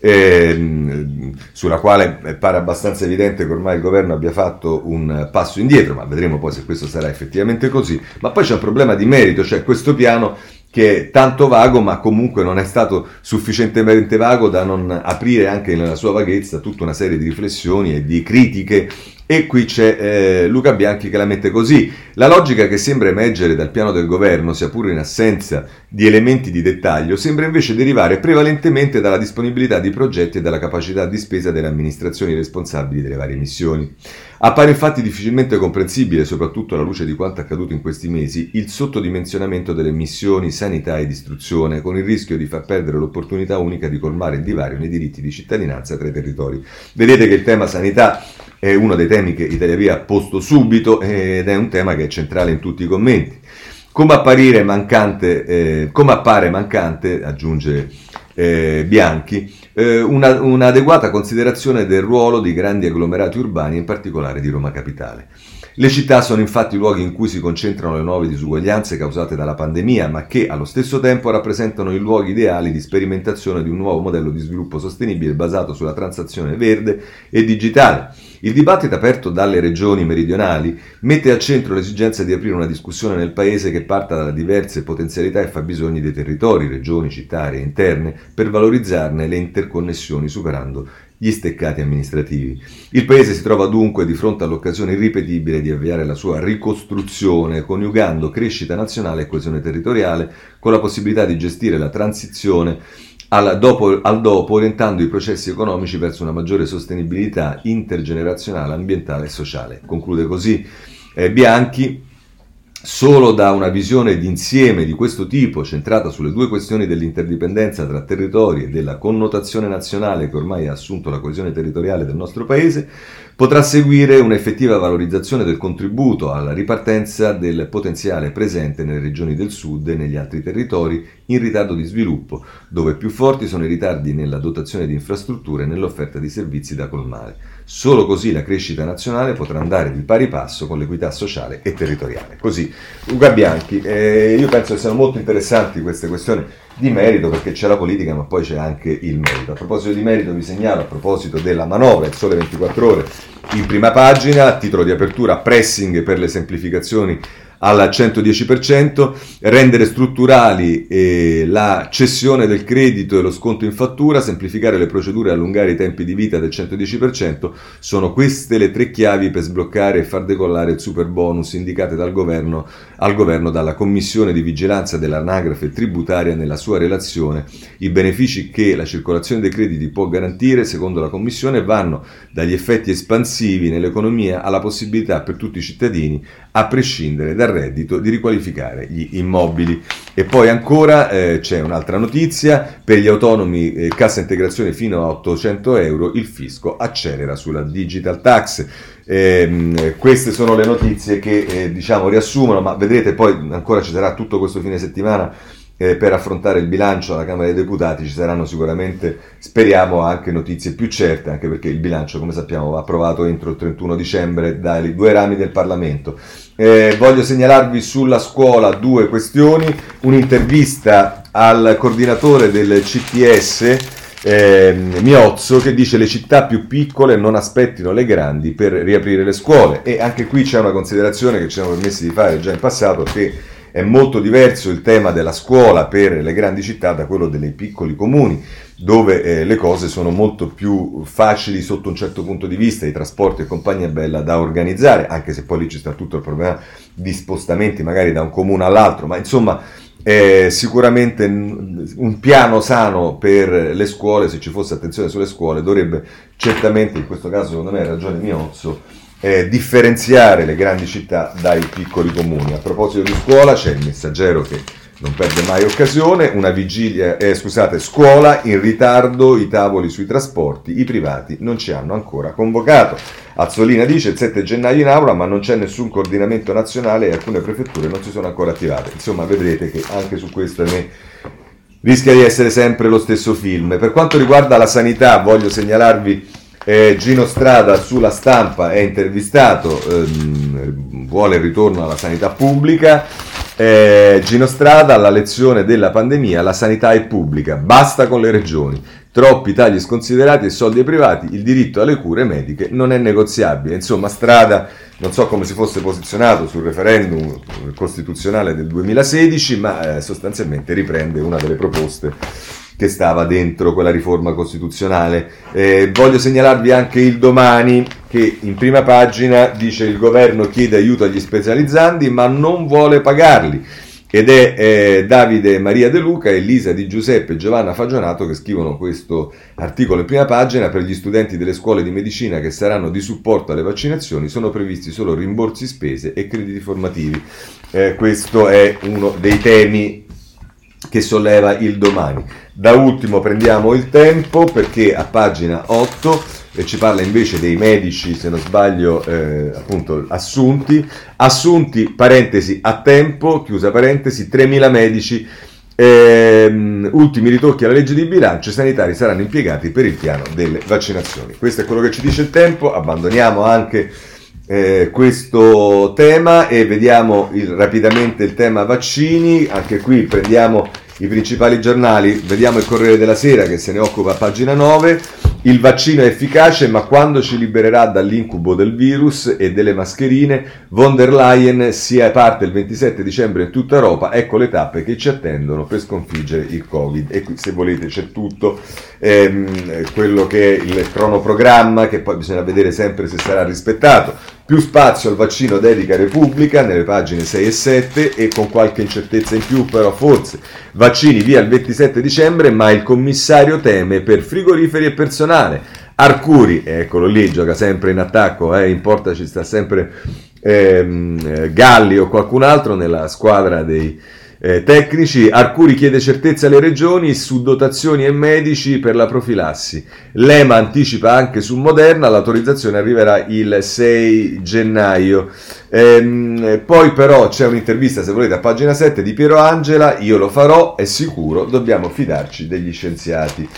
[SPEAKER 1] Eh, sulla quale pare abbastanza evidente che ormai il governo abbia fatto un passo indietro, ma vedremo poi se questo sarà effettivamente così. Ma poi c'è un problema di merito, cioè questo piano che è tanto vago, ma comunque non è stato sufficientemente vago da non aprire anche nella sua vaghezza tutta una serie di riflessioni e di critiche. E qui c'è eh, Luca Bianchi che la mette così: la logica che sembra emergere dal piano del governo, sia pure in assenza di elementi di dettaglio, sembra invece derivare prevalentemente dalla disponibilità di progetti e dalla capacità di spesa delle amministrazioni responsabili delle varie missioni. Appare infatti difficilmente comprensibile, soprattutto alla luce di quanto accaduto in questi mesi, il sottodimensionamento delle missioni sanità ed istruzione, con il rischio di far perdere l'opportunità unica di colmare il divario nei diritti di cittadinanza tra i territori. Vedete che il tema sanità è uno dei temi che Italia Viva ha posto subito ed è un tema che è centrale in tutti i commenti. Come, apparire mancante, eh, come appare mancante, aggiunge eh, Bianchi, eh, una, un'adeguata considerazione del ruolo di grandi agglomerati urbani, in particolare di Roma Capitale. Le città sono infatti luoghi in cui si concentrano le nuove disuguaglianze causate dalla pandemia, ma che allo stesso tempo rappresentano i luoghi ideali di sperimentazione di un nuovo modello di sviluppo sostenibile basato sulla transizione verde e digitale. Il dibattito aperto dalle regioni meridionali mette al centro l'esigenza di aprire una discussione nel Paese che parta dalle diverse potenzialità e fabbisogni dei territori, regioni, città, aree interne, per valorizzarne le interconnessioni superando gli steccati amministrativi. Il Paese si trova dunque di fronte all'occasione irripetibile di avviare la sua ricostruzione, coniugando crescita nazionale e coesione territoriale, con la possibilità di gestire la transizione al dopo, al dopo orientando i processi economici verso una maggiore sostenibilità intergenerazionale, ambientale e sociale. Conclude così eh, Bianchi. Solo da una visione d'insieme di questo tipo, centrata sulle due questioni dell'interdipendenza tra territori e della connotazione nazionale che ormai ha assunto la coesione territoriale del nostro Paese, potrà seguire un'effettiva valorizzazione del contributo alla ripartenza del potenziale presente nelle regioni del sud e negli altri territori in ritardo di sviluppo, dove più forti sono i ritardi nella dotazione di infrastrutture e nell'offerta di servizi da colmare. Solo così la crescita nazionale potrà andare di pari passo con l'equità sociale e territoriale. Così, Luca Bianchi. Eh, io penso che siano molto interessanti queste questioni di merito, perché c'è la politica ma poi c'è anche il merito. A proposito di merito vi segnalo, a proposito della manovra, il Sole ventiquattro Ore, in prima pagina, a titolo di apertura, pressing per le semplificazioni al centodieci per cento, rendere strutturali eh, la cessione del credito e lo sconto in fattura, semplificare le procedure e allungare i tempi di vita del centodieci per cento, sono queste le tre chiavi per sbloccare e far decollare il super bonus indicate dal governo, al governo dalla Commissione di Vigilanza dell'Anagrafe Tributaria nella sua relazione. I benefici che la circolazione dei crediti può garantire, secondo la Commissione, vanno dagli effetti espansivi nell'economia alla possibilità per tutti i cittadini, a prescindere dal reddito, di riqualificare gli immobili. E poi ancora eh, c'è un'altra notizia: per gli autonomi eh, cassa integrazione fino a ottocento euro, il fisco accelera sulla digital tax. Eh, queste sono le notizie che eh, diciamo riassumono, ma vedrete poi ancora ci sarà tutto questo fine settimana eh, per affrontare il bilancio alla Camera dei Deputati. Ci saranno sicuramente, speriamo, anche notizie più certe, anche perché il bilancio, come sappiamo, va approvato entro il trentuno dicembre dai due rami del Parlamento. Eh, voglio segnalarvi sulla scuola due questioni: un'intervista al coordinatore del C T S eh, Miozzo, che dice: le città più piccole non aspettino le grandi per riaprire le scuole. E anche qui c'è una considerazione che ci siamo permessi di fare già in passato, che è molto diverso il tema della scuola per le grandi città da quello dei piccoli comuni, dove eh, le cose sono molto più facili sotto un certo punto di vista, i trasporti e compagnia bella da organizzare, anche se poi lì ci sta tutto il problema di spostamenti magari da un comune all'altro, ma insomma eh, sicuramente un piano sano per le scuole, se ci fosse attenzione sulle scuole, dovrebbe certamente, in questo caso secondo me ha ragione Miozzo, Eh, differenziare le grandi città dai piccoli comuni. A proposito di scuola, c'è il Messaggero che non perde mai occasione, una vigilia, eh, scusate, scuola in ritardo, i tavoli sui trasporti, i privati non ci hanno ancora convocato. Azzolina dice: il sette gennaio in aula, ma non c'è nessun coordinamento nazionale e alcune prefetture non si sono ancora attivate. Insomma, vedrete che anche su questo ne rischia di essere sempre lo stesso film. Per quanto riguarda la sanità, voglio segnalarvi Eh, Gino Strada sulla Stampa è intervistato, ehm, vuole il ritorno alla sanità pubblica. eh, Gino Strada, alla lezione della pandemia: la sanità è pubblica, basta con le regioni, troppi tagli sconsiderati e soldi ai privati, il diritto alle cure mediche non è negoziabile. Insomma, Strada non so come si fosse posizionato sul referendum costituzionale del duemilasedici, ma eh, sostanzialmente riprende una delle proposte che stava dentro quella riforma costituzionale. Eh, voglio segnalarvi anche il Domani, che in prima pagina dice: il governo chiede aiuto agli specializzandi ma non vuole pagarli. Ed è eh, Davide Maria De Luca, Elisa Di Giuseppe e Giovanna Fagionato che scrivono questo articolo in prima pagina. Per gli studenti delle scuole di medicina che saranno di supporto alle vaccinazioni sono previsti solo rimborsi spese e crediti formativi. Eh, questo è uno dei temi che solleva il Domani. Da ultimo prendiamo il Tempo, perché a pagina otto eh, ci parla invece dei medici, se non sbaglio, eh, appunto assunti, assunti, parentesi, a tempo, chiusa parentesi, tremila medici, ehm, ultimi ritocchi alla legge di bilancio, i sanitari saranno impiegati per il piano delle vaccinazioni. Questo è quello che ci dice il Tempo. Abbandoniamo anche Eh, questo tema e vediamo il, rapidamente il tema vaccini. Anche qui prendiamo i principali giornali, vediamo il Corriere della Sera che se ne occupa a pagina nove. Il vaccino è efficace, ma quando ci libererà dall'incubo del virus e delle mascherine? Von der Leyen sia parte il ventisette dicembre in tutta Europa, ecco le tappe che ci attendono per sconfiggere il Covid. E qui, se volete, c'è tutto ehm, quello che è il cronoprogramma, che poi bisogna vedere sempre se sarà rispettato. Più spazio al vaccino dedica Repubblica nelle pagine sei e sette, e con qualche incertezza in più però forse. Vaccini via il ventisette dicembre, ma il commissario teme per frigoriferi e personale. Arcuri, eccolo lì, gioca sempre in attacco, eh, in porta ci sta sempre ehm, Galli o qualcun altro nella squadra dei eh, tecnici. Arcuri chiede certezza alle regioni su dotazioni e medici per la profilassi. L'E M A anticipa anche su Moderna, l'autorizzazione arriverà il sei gennaio. Ehm, poi però c'è un'intervista, se volete, a pagina sette di Piero Angela: io lo farò, è sicuro, dobbiamo fidarci degli scienziati.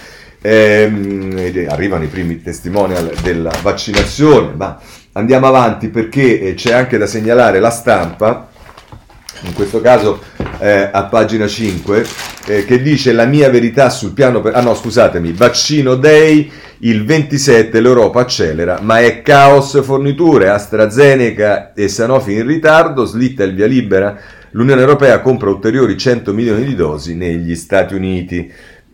[SPEAKER 1] Ehm, arrivano i primi testimonial della vaccinazione, ma andiamo avanti perché c'è anche da segnalare La Stampa, in questo caso eh, a pagina cinque, eh, che dice: la mia verità sul piano per... ah no scusatemi, Vaccino Day, il ventisette l'Europa accelera, ma è caos forniture, AstraZeneca e Sanofi in ritardo, slitta il via libera, l'Unione Europea compra ulteriori cento milioni di dosi negli Stati Uniti.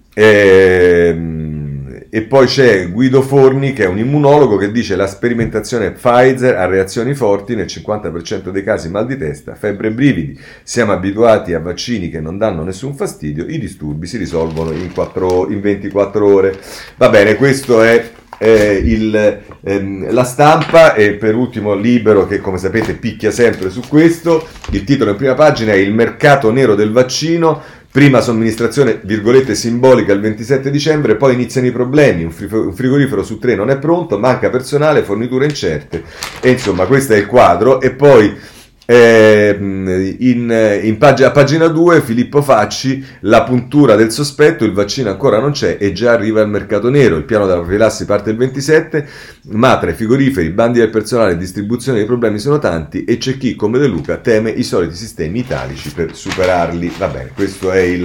[SPEAKER 1] Ehm... E poi c'è Guido Forni, che è un immunologo, che dice: la sperimentazione Pfizer ha reazioni forti nel cinquanta per cento dei casi, mal di testa, febbre e brividi. Siamo abituati a vaccini che non danno nessun fastidio, i disturbi si risolvono in, quattro, in ventiquattro ore. Va bene, questo è eh, il, ehm, La Stampa. E per ultimo Libero, che come sapete picchia sempre su questo. Il titolo in prima pagina è: il mercato nero del vaccino. Prima somministrazione, virgolette, simbolica il ventisette dicembre, poi iniziano i problemi, un frigorifero su tre non è pronto, manca personale, forniture incerte, e insomma questo è il quadro. E poi eh, in, in pag- a pagina due Filippo Facci: la puntura del sospetto, il vaccino ancora non c'è e già arriva al mercato nero, il piano della profilassi parte il ventisette, ma tra i frigoriferi, bandi del personale e distribuzione dei problemi sono tanti, e c'è chi come De Luca teme i soliti sistemi italici per superarli. Va bene, questo è il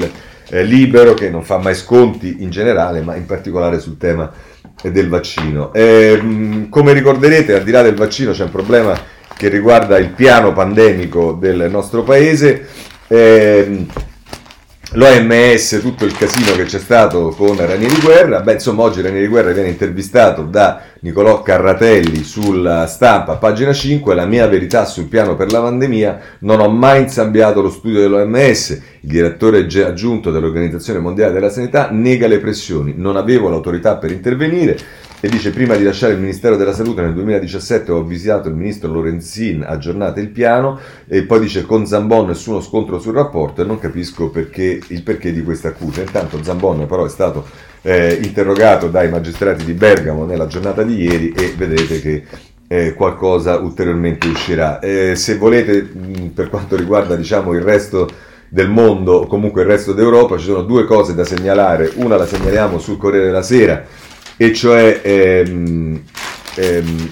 [SPEAKER 1] eh, libero, che non fa mai sconti in generale, ma in particolare sul tema del vaccino. Eh, come ricorderete, al di là del vaccino c'è un problema che riguarda il piano pandemico del nostro paese. Eh, L'O M S, tutto il casino che c'è stato con Ranieri Guerra, beh insomma oggi Ranieri Guerra viene intervistato da Nicolò Carratelli sulla Stampa, pagina cinque, la mia verità sul piano per la pandemia, non ho mai insabbiato lo studio dell'O M S, il direttore aggiunto dell'Organizzazione Mondiale della Sanità nega le pressioni, non avevo l'autorità per intervenire. E dice: prima di lasciare il Ministero della Salute nel duemiladiciassette ho visitato il ministro Lorenzin, aggiornato il piano, e poi dice: con Zambon nessuno scontro sul rapporto e non capisco perché, il perché di questa accusa. Intanto Zambon però è stato eh, interrogato dai magistrati di Bergamo nella giornata di ieri e vedrete che eh, qualcosa ulteriormente uscirà. Eh, se volete, mh, per quanto riguarda diciamo il resto del mondo o comunque il resto d'Europa, ci sono due cose da segnalare. Una la segnaliamo sul Corriere della Sera, e cioè ehm, ehm,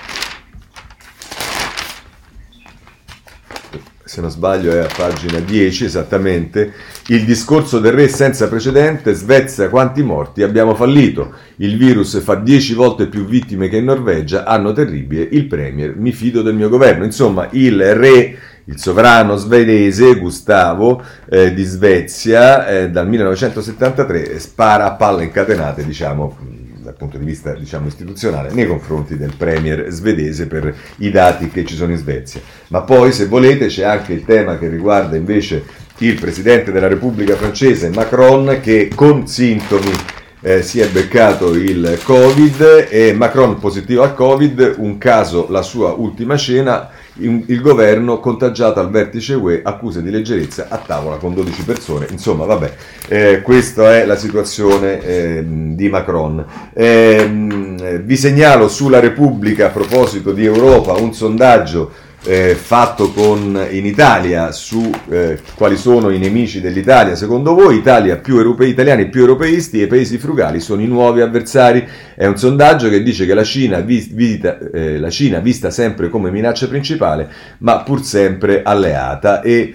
[SPEAKER 1] se non sbaglio è a pagina dieci esattamente, il discorso del re senza precedente, Svezia quanti morti, abbiamo fallito, il virus fa dieci volte più vittime che in Norvegia, anno terribile, il premier, mi fido del mio governo. Insomma, il re, il sovrano svedese Gustavo eh, di Svezia eh, dal millenovecentosettantatré spara a palle incatenate, diciamo, dal punto di vista diciamo istituzionale, nei confronti del premier svedese per i dati che ci sono in Svezia. Ma poi, se volete, c'è anche il tema che riguarda invece il presidente della Repubblica francese Macron, che con sintomi eh, si è beccato il Covid, e Macron positivo al Covid, un caso la sua ultima cena, il governo contagiato al vertice U E, accuse di leggerezza a tavola con dodici persone. Insomma, vabbè, eh, questa è la situazione eh, di Macron. Eh, vi segnalo sulla Repubblica, a proposito di Europa, un sondaggio eh, fatto con, in Italia su eh, quali sono i nemici dell'Italia secondo voi. Italia più europei, italiani più europeisti e paesi frugali sono i nuovi avversari. È un sondaggio che dice che la Cina, vista, eh, la Cina vista sempre come minaccia principale, ma pur sempre alleata. E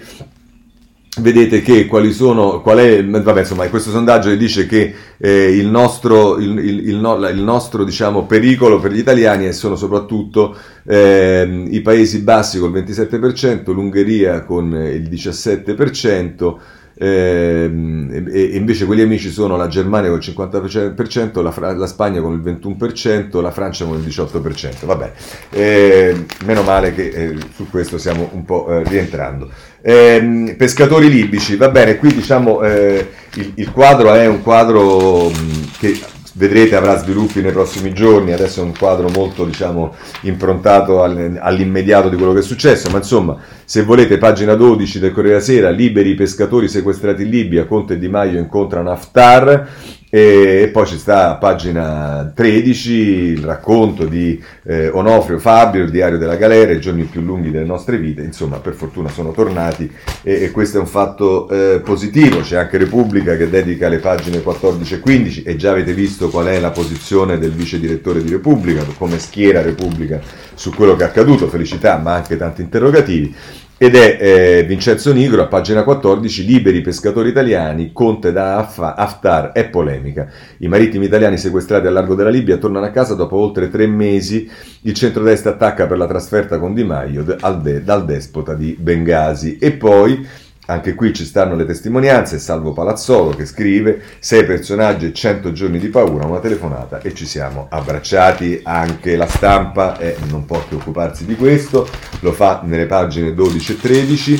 [SPEAKER 1] vedete che quali sono, qual è, vabbè, insomma, questo sondaggio che dice che eh, il nostro, il, il, il, il nostro diciamo, pericolo per gli italiani sono soprattutto eh, i Paesi Bassi col ventisette per cento, l'Ungheria con il diciassette per cento, eh, e invece quelli amici sono la Germania con il cinquanta per cento, la, Fra- la Spagna con il ventuno per cento, la Francia con il diciotto per cento. Vabbè, eh, meno male che eh, su questo stiamo un po' eh, rientrando. Eh, pescatori libici, va bene, qui diciamo eh, il, il quadro è un quadro mh, che vedrete avrà sviluppi nei prossimi giorni. Adesso è un quadro molto diciamo improntato al, all'immediato di quello che è successo, ma insomma, se volete, pagina dodici del Corriere della Sera, liberi i pescatori sequestrati in Libia, Conte e Di Maio incontrano Haftar. E poi ci sta a pagina tredici il racconto di eh, Onofrio Fabio, il diario della galera, i giorni più lunghi delle nostre vite. Insomma, per fortuna sono tornati e, e questo è un fatto eh, positivo. C'è anche Repubblica che dedica le pagine quattordici e quindici, e già avete visto qual è la posizione del vice direttore di Repubblica, come schiera Repubblica su quello che è accaduto. Felicità, ma anche tanti interrogativi. Ed è eh, Vincenzo Nigro a pagina quattordici, liberi i pescatori italiani, Conte da Haftar è polemica. I marittimi italiani sequestrati al largo della Libia tornano a casa dopo oltre tre mesi. Il centrodestra attacca per la trasferta con Di Maio al de- dal despota di Bengasi. E poi anche qui ci stanno le testimonianze, Salvo Palazzolo che scrive: sei personaggi e cento giorni di paura, una telefonata e ci siamo abbracciati. Anche La Stampa eh, non può che occuparsi di questo, lo fa nelle pagine dodici e tredici.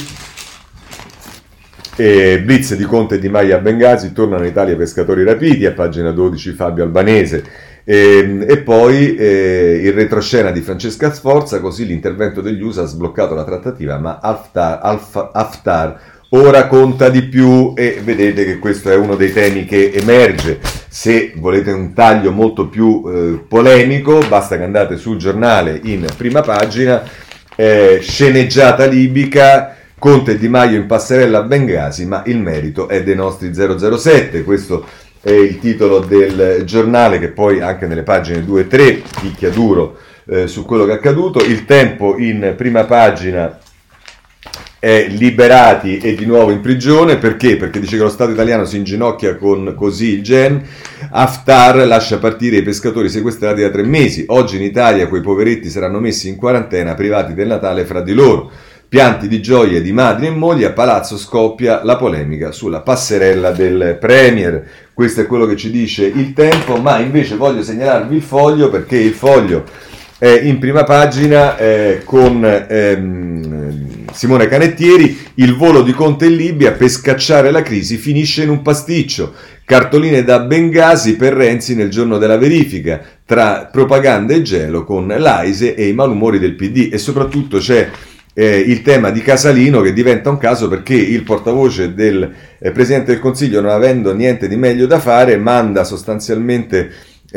[SPEAKER 1] E blitz di Conte e Di Maio a Bengasi, tornano in Italia pescatori rapiti, a pagina dodici Fabio Albanese. E, e poi eh, il retroscena di Francesca Sforza, così l'intervento degli U S A ha sbloccato la trattativa, ma Haftar, Alf, Haftar ora conta di più. E vedete che questo è uno dei temi che emerge. Se volete un taglio molto più eh, polemico, basta che andate sul Giornale in prima pagina, eh, sceneggiata libica, Conte e Di Maio in passerella a Bengasi, ma il merito è dei nostri zero zero sette. Questo è il titolo del Giornale, che poi anche nelle pagine due e tre picchia duro eh, su quello che è accaduto. Il Tempo in prima pagina eh, liberati e di nuovo in prigione. Perché? Perché dice che lo Stato italiano si inginocchia con così il G E N. Haftar lascia partire i pescatori sequestrati da tre mesi. Oggi in Italia quei poveretti saranno messi in quarantena, privati del Natale fra di loro. Pianti di gioia di madri e mogli, a Palazzo scoppia la polemica sulla passerella del Premier. Questo è quello che ci dice Il Tempo, ma invece voglio segnalarvi il Foglio, perché il Foglio è in prima pagina eh, con ehm, Simone Canettieri. Il volo di Conte in Libia per scacciare la crisi finisce in un pasticcio. Cartoline da Bengasi per Renzi nel giorno della verifica, tra propaganda e gelo con l'AISE e i malumori del P D. E soprattutto c'è Eh, il tema di Casalino, che diventa un caso perché il portavoce del eh, Presidente del Consiglio, non avendo niente di meglio da fare, manda sostanzialmente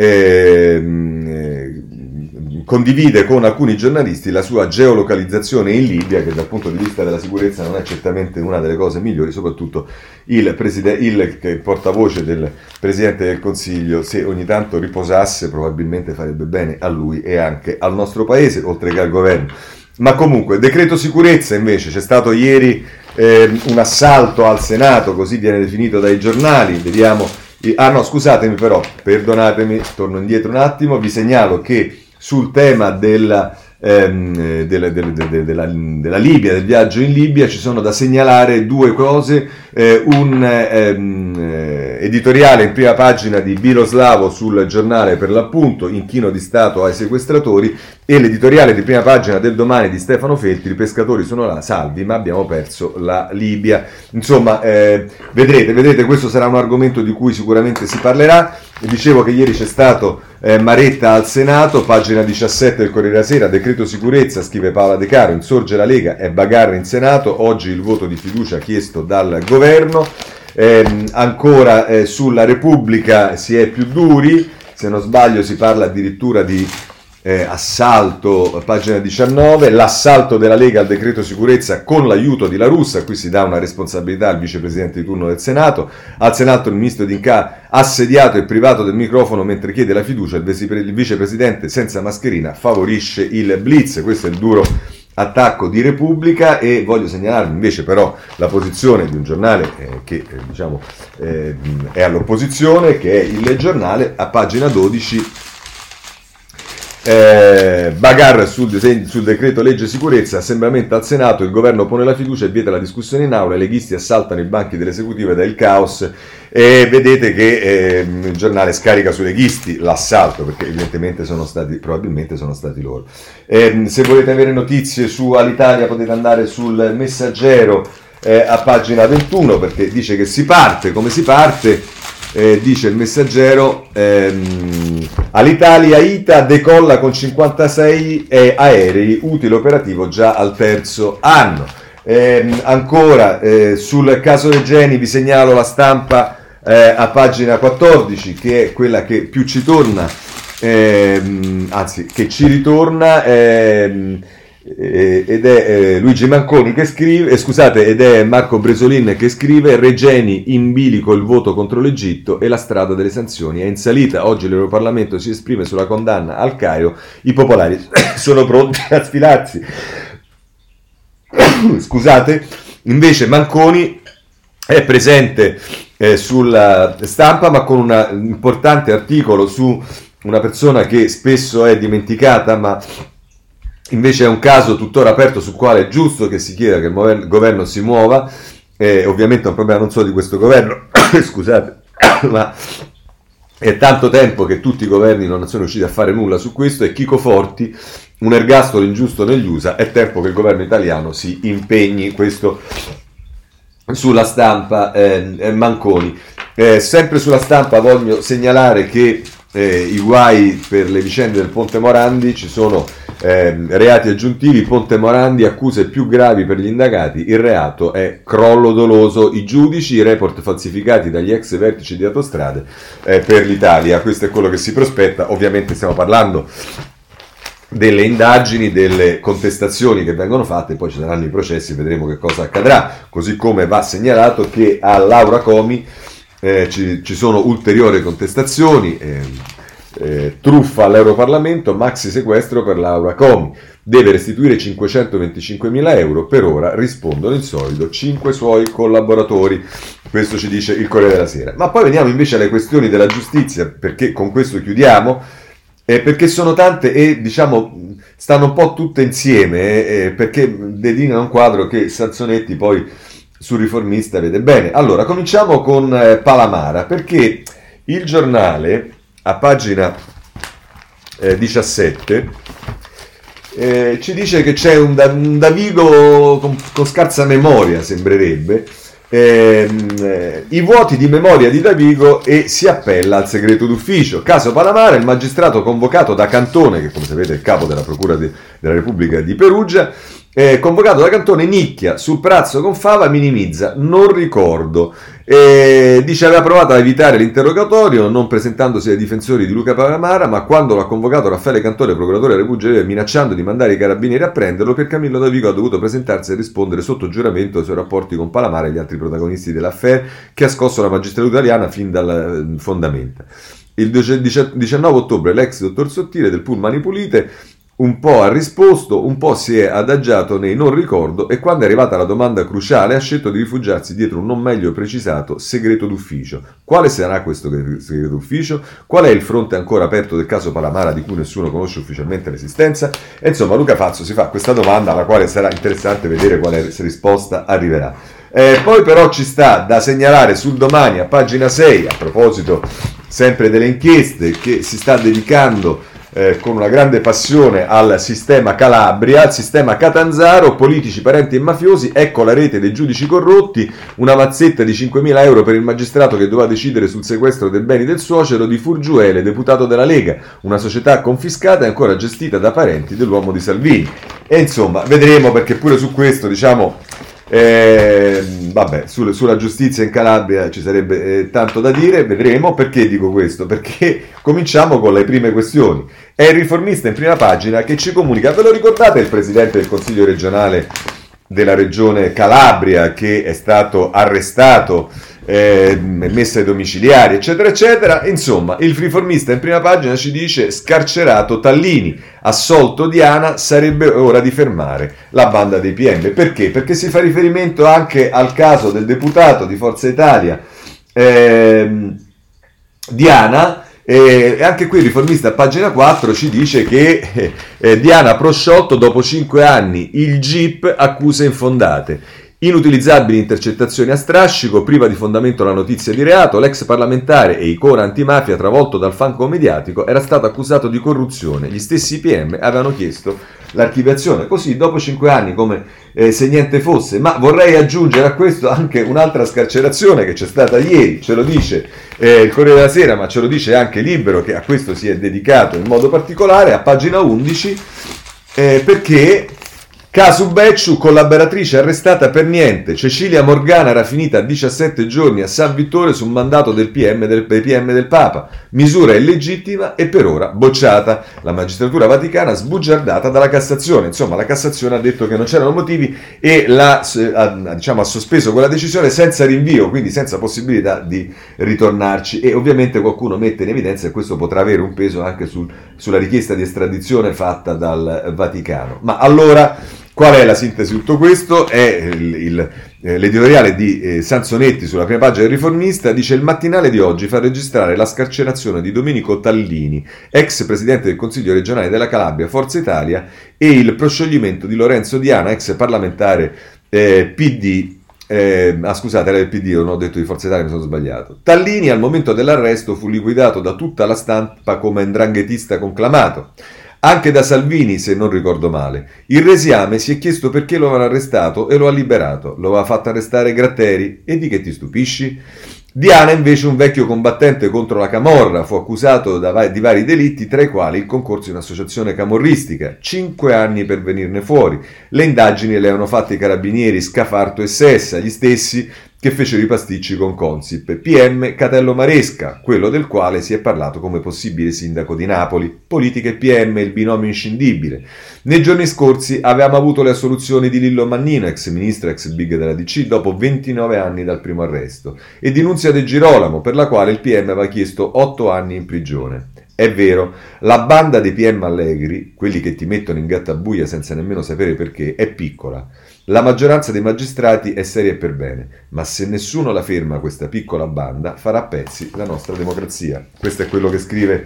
[SPEAKER 1] eh, eh, condivide con alcuni giornalisti la sua geolocalizzazione in Libia, che dal punto di vista della sicurezza non è certamente una delle cose migliori. Soprattutto il, preside- il, il portavoce del Presidente del Consiglio, se ogni tanto riposasse, probabilmente farebbe bene a lui e anche al nostro Paese, oltre che al governo. Ma comunque, decreto sicurezza invece, c'è stato ieri eh, un assalto al Senato, così viene definito dai giornali. Vediamo. Ah no, scusatemi però, perdonatemi, torno indietro un attimo, vi segnalo che sul tema della, ehm, della, della, della, della, della Libia, del viaggio in Libia, ci sono da segnalare due cose. Eh, un ehm, editoriale in prima pagina di Biloslavo sul Giornale, per l'appunto, inchino di Stato ai sequestratori, e l'editoriale di prima pagina del Domani di Stefano Feltri, i pescatori sono là, salvi, ma abbiamo perso la Libia. Insomma, eh, vedrete, vedrete, questo sarà un argomento di cui sicuramente si parlerà. Dicevo che ieri c'è stato eh, Maretta al Senato, pagina diciassette del Corriere della Sera, decreto sicurezza, scrive Paola De Caro, insorge la Lega e bagarre in Senato, oggi il voto di fiducia chiesto dal governo. Eh, ancora eh, sulla Repubblica si è più duri, se non sbaglio si parla addirittura di eh, assalto, pagina diciannove, l'assalto della Lega al decreto sicurezza con l'aiuto di La Russa. Qui si dà una responsabilità al vicepresidente di turno del Senato. Al Senato il ministro D'Incà assediato e privato del microfono mentre chiede la fiducia, il vicepresidente senza mascherina favorisce il blitz. Questo è il duro attacco di Repubblica. E voglio segnalarvi invece però la posizione di un giornale eh, che eh, diciamo eh, è all'opposizione, che è Il Giornale. A pagina dodici, eh, bagarre sul, sul decreto legge sicurezza, assembramento al Senato, il governo pone la fiducia e vieta la discussione in aula, i leghisti assaltano i banchi dell'esecutiva ed è il caos. E vedete che eh, il giornale scarica sui leghisti l'assalto, perché evidentemente sono stati, probabilmente sono stati loro. Eh, se volete avere notizie su Alitalia potete andare sul Messaggero eh, a pagina ventuno, perché dice che si parte. Come si parte? Eh, dice il Messaggero, ehm, Alitalia I T A decolla con cinquantasei eh, aerei, utile operativo già al terzo anno. Eh, ancora eh, sul caso Regeni vi segnalo La Stampa eh, a pagina quattordici, che è quella che più ci torna, ehm, anzi che ci ritorna, ehm, eh, ed è eh, Luigi Manconi che scrive, eh, scusate, ed è Marco Bresolin che scrive: Regeni in bilico il voto contro l'Egitto e la strada delle sanzioni è in salita. Oggi l'Europarlamento si esprime sulla condanna al Cairo, i popolari sono pronti a sfilarsi. Scusate, invece Manconi è presente eh, sulla Stampa, ma con un importante articolo su una persona che spesso è dimenticata, ma invece è un caso tuttora aperto sul quale è giusto che si chieda che il governo si muova. Eh, ovviamente è un problema non solo di questo governo, scusate, ma è tanto tempo che tutti i governi non sono riusciti a fare nulla su questo. E Chico Forti, un ergastolo ingiusto negli U S A, è tempo che il governo italiano si impegni. Questo sulla Stampa, eh, Manconi. Eh, sempre sulla Stampa voglio segnalare che eh, i guai per le vicende del Ponte Morandi, ci sono eh, reati aggiuntivi, Ponte Morandi, accuse più gravi per gli indagati, il reato è crollo doloso, i giudici, i report falsificati dagli ex vertici di Autostrade eh, per l'Italia. Questo è quello che si prospetta. Ovviamente stiamo parlando delle indagini, delle contestazioni che vengono fatte, poi ci saranno i processi, vedremo che cosa accadrà. Così come va segnalato che a Laura Comi eh, ci, ci sono ulteriori contestazioni, eh, eh, truffa all'Europarlamento, maxi sequestro per Laura Comi. Deve restituire cinquecentoventicinquemila euro, per ora rispondono in solido cinque suoi collaboratori. Questo ci dice il Corriere della Sera. Ma poi veniamo invece alle questioni della giustizia, perché con questo chiudiamo, eh, perché sono tante e diciamo stanno un po' tutte insieme, eh, perché delineano un quadro che Sansonetti poi sul Riformista vede bene. Allora, cominciamo con eh, Palamara, perché il Giornale, a pagina eh, diciassette, Eh, ci dice che c'è un, da, un Davigo con, con scarsa memoria, sembrerebbe, ehm, eh, i vuoti di memoria di Davigo e si appella al segreto d'ufficio. Caso Palamara, il magistrato convocato da Cantone, che come sapete è il capo della Procura di, della Repubblica di Perugia, eh, convocato da Cantone, nicchia sul prazzo con Fava, minimizza, non ricordo. E dice aveva provato a evitare l'interrogatorio non presentandosi ai difensori di Luca Palamara, ma quando l'ha convocato Raffaele Cantone, procuratore della Repubblica, minacciando di mandare i carabinieri a prenderlo, per Camillo Davigo ha dovuto presentarsi e rispondere sotto giuramento ai suoi rapporti con Palamara e gli altri protagonisti dell'affaire, che ha scosso la magistratura italiana fin dal fondamento. Il diciannove ottobre l'ex dottor Sottile del Pullman Pulite un po' ha risposto, un po' si è adagiato nei non ricordo e quando è arrivata la domanda cruciale ha scelto di rifugiarsi dietro un non meglio precisato segreto d'ufficio. Quale sarà questo segreto d'ufficio? Qual è il fronte ancora aperto del caso Palamara di cui nessuno conosce ufficialmente l'esistenza? E insomma Luca Fazzo si fa questa domanda alla quale sarà interessante vedere quale risposta arriverà. Eh, poi però ci sta da segnalare sul Domani a pagina sei, a proposito sempre delle inchieste, che si sta dedicando Eh, con una grande passione al sistema Calabria, al sistema Catanzaro, politici, parenti e mafiosi, ecco la rete dei giudici corrotti, una mazzetta di cinquemila euro per il magistrato che doveva decidere sul sequestro dei beni del suocero di Furgiuele, deputato della Lega, una società confiscata e ancora gestita da parenti dell'uomo di Salvini. E insomma, vedremo, perché pure su questo, diciamo, Eh, vabbè, sul, sulla giustizia in Calabria ci sarebbe eh, tanto da dire, vedremo. Perché dico questo? Perché cominciamo con le prime questioni. È il Riformista in prima pagina che ci comunica, ve lo ricordate il presidente del Consiglio regionale della regione Calabria che è stato arrestato, eh, messo ai domiciliari, eccetera eccetera? Insomma, il Riformista in prima pagina ci dice: scarcerato Tallini, assolto Diana, sarebbe ora di fermare la banda dei P M. Perché? Perché si fa riferimento anche al caso del deputato di Forza Italia ehm, Diana. E anche qui il Riformista a pagina quattro ci dice che eh, eh, Diana prosciolto dopo cinque anni, il G I P accuse infondate. Inutilizzabili intercettazioni a strascico, priva di fondamento la notizia di reato, l'ex parlamentare e icona antimafia travolto dal fango mediatico era stato accusato di corruzione. Gli stessi P M avevano chiesto l'archiviazione, così dopo cinque anni come eh, se niente fosse. Ma vorrei aggiungere a questo anche un'altra scarcerazione che c'è stata ieri, ce lo dice eh, il Corriere della Sera, ma ce lo dice anche Libero, che a questo si è dedicato in modo particolare, a pagina undici, eh, perché caso Becciu, collaboratrice arrestata per niente. Cecilia Morgana era finita a diciassette giorni a San Vittore su mandato del P M del, P M del Papa. Misura illegittima e per ora bocciata. La magistratura vaticana sbugiardata dalla Cassazione. Insomma, la Cassazione ha detto che non c'erano motivi e la, ha, diciamo, ha sospeso quella decisione senza rinvio, quindi senza possibilità di ritornarci. E ovviamente qualcuno mette in evidenza che questo potrà avere un peso anche sul, sulla richiesta di estradizione fatta dal Vaticano. Ma allora, qual è la sintesi di tutto questo? È il, il, eh, l'editoriale di eh, Sansonetti sulla prima pagina del Riformista. Dice: il mattinale di oggi fa registrare la scarcerazione di Domenico Tallini, ex presidente del Consiglio regionale della Calabria, Forza Italia, e il proscioglimento di Lorenzo Diana, ex parlamentare eh, P D. Eh, ah scusate, era del P D, non ho detto di Forza Italia, mi sono sbagliato. Tallini al momento dell'arresto fu liquidato da tutta la stampa come ndranghetista conclamato. Anche da Salvini, se non ricordo male. Il resiame si è chiesto perché lo avevano arrestato e lo ha liberato. Lo aveva fatto arrestare Gratteri. E di che ti stupisci? Diana, invece, un vecchio combattente contro la camorra, fu accusato da, di vari delitti, tra i quali il concorso in associazione camorristica. Cinque anni per venirne fuori. Le indagini le avevano fatte i carabinieri Scafarto e Sessa, gli stessi che fecero i pasticci con Consip. P M Catello Maresca, quello del quale si è parlato come possibile sindaco di Napoli. Politica e P M, il binomio inscindibile. Nei giorni scorsi avevamo avuto le assoluzioni di Lillo Mannino, ex ministro, ex big della D C, dopo ventinove anni dal primo arresto, e di Nunzia De Girolamo, per la quale il P M aveva chiesto otto anni in prigione. È vero, la banda dei P M allegri, quelli che ti mettono in gattabuia senza nemmeno sapere perché, è piccola. La maggioranza dei magistrati è seria e per bene, ma se nessuno la ferma questa piccola banda, farà a pezzi la nostra democrazia. Questo è quello che scrive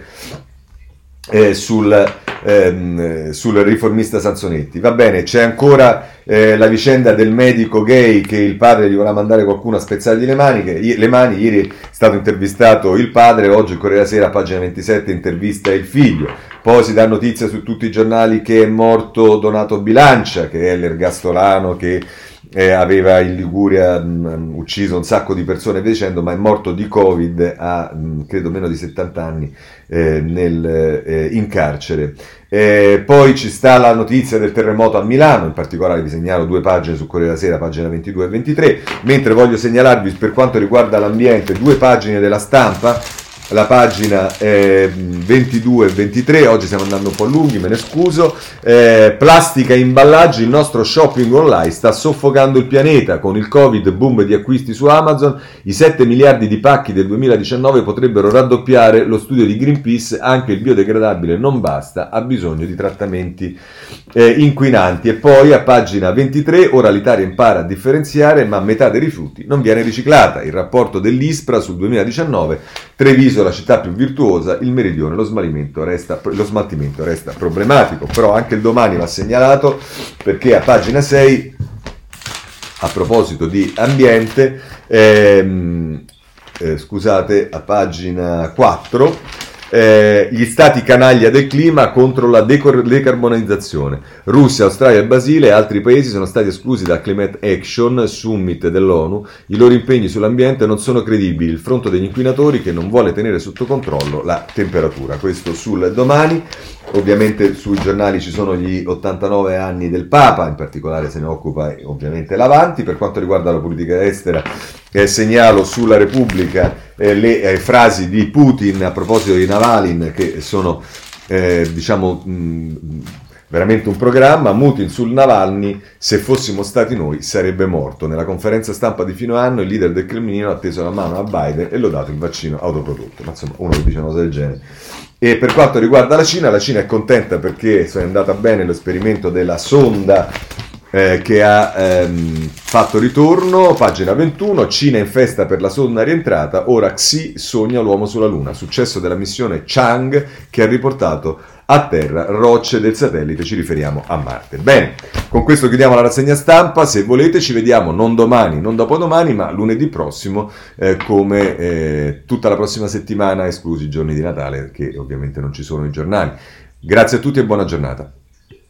[SPEAKER 1] eh, sul, ehm, sul riformista Sansonetti. Va bene, c'è ancora eh, la vicenda del medico gay che il padre gli vorrà mandare qualcuno a spezzargli le, maniche, le mani. Ieri è stato intervistato il padre, oggi il Corriere della Sera, pagina ventisette, intervista il figlio. Poi si dà notizia su tutti i giornali che è morto Donato Bilancia, che è l'ergastolano che eh, aveva in Liguria mh, ucciso un sacco di persone, via dicendo, ma è morto di Covid a mh, credo meno di settanta anni eh, nel, eh, in carcere. Eh, poi ci sta la notizia del terremoto a Milano, in particolare vi segnalo due pagine su Corriere della Sera, pagina ventidue e ventitré, mentre voglio segnalarvi per quanto riguarda l'ambiente due pagine della Stampa. La pagina eh, ventidue e ventitré, oggi stiamo andando un po' lunghi, me ne scuso. Eh, plastica e imballaggi, il nostro shopping online sta soffocando il pianeta. Con il Covid, boom di acquisti su Amazon, i sette miliardi di pacchi del duemiladiciannove potrebbero raddoppiare. Lo studio di Greenpeace, anche il biodegradabile non basta, ha bisogno di trattamenti eh, inquinanti. E poi a pagina ventitré, ora l'Italia impara a differenziare, ma metà dei rifiuti non viene riciclata. Il rapporto dell'ISPRA sul duemiladiciannove, Treviso la città più virtuosa, il meridione lo smaltimento resta, lo smaltimento resta problematico. Però anche il Domani va segnalato, perché a pagina sei, a proposito di ambiente, ehm, eh, scusate, a pagina quattro, Eh, gli stati canaglia del clima contro la decor- decarbonizzazione. Russia, Australia e Brasile e altri paesi sono stati esclusi dal Climate Action Summit dell'ONU. I loro impegni sull'ambiente non sono credibili. Il fronte degli inquinatori che non vuole tenere sotto controllo la temperatura. Questo sul Domani. Ovviamente sui giornali ci sono gli ottantanove anni del Papa, in particolare se ne occupa ovviamente l'Avanti. Per quanto riguarda la politica estera, eh, segnalo sulla Repubblica eh, le eh, frasi di Putin a proposito di Navalny, che sono eh, diciamo mh, veramente un programma. Putin sul Navalny: se fossimo stati noi sarebbe morto. Nella conferenza stampa di fine anno il leader del Cremlino ha teso la mano a Biden e lodato il vaccino autoprodotto. Ma insomma, uno che dice una cosa del genere. E per quanto riguarda la Cina, la Cina è contenta perché è andata bene l'esperimento della sonda eh, che ha ehm, fatto ritorno. Pagina ventuno, Cina in festa per la sonda rientrata, ora Xi sogna l'uomo sulla Luna. Successo della missione Chang che ha riportato a terra rocce del satellite, ci riferiamo a Marte. Bene, con questo chiudiamo la rassegna stampa. Se volete ci vediamo non domani, non dopodomani, ma lunedì prossimo, eh, come eh, tutta la prossima settimana, esclusi i giorni di Natale, che ovviamente non ci sono i giornali. Grazie a tutti e buona giornata.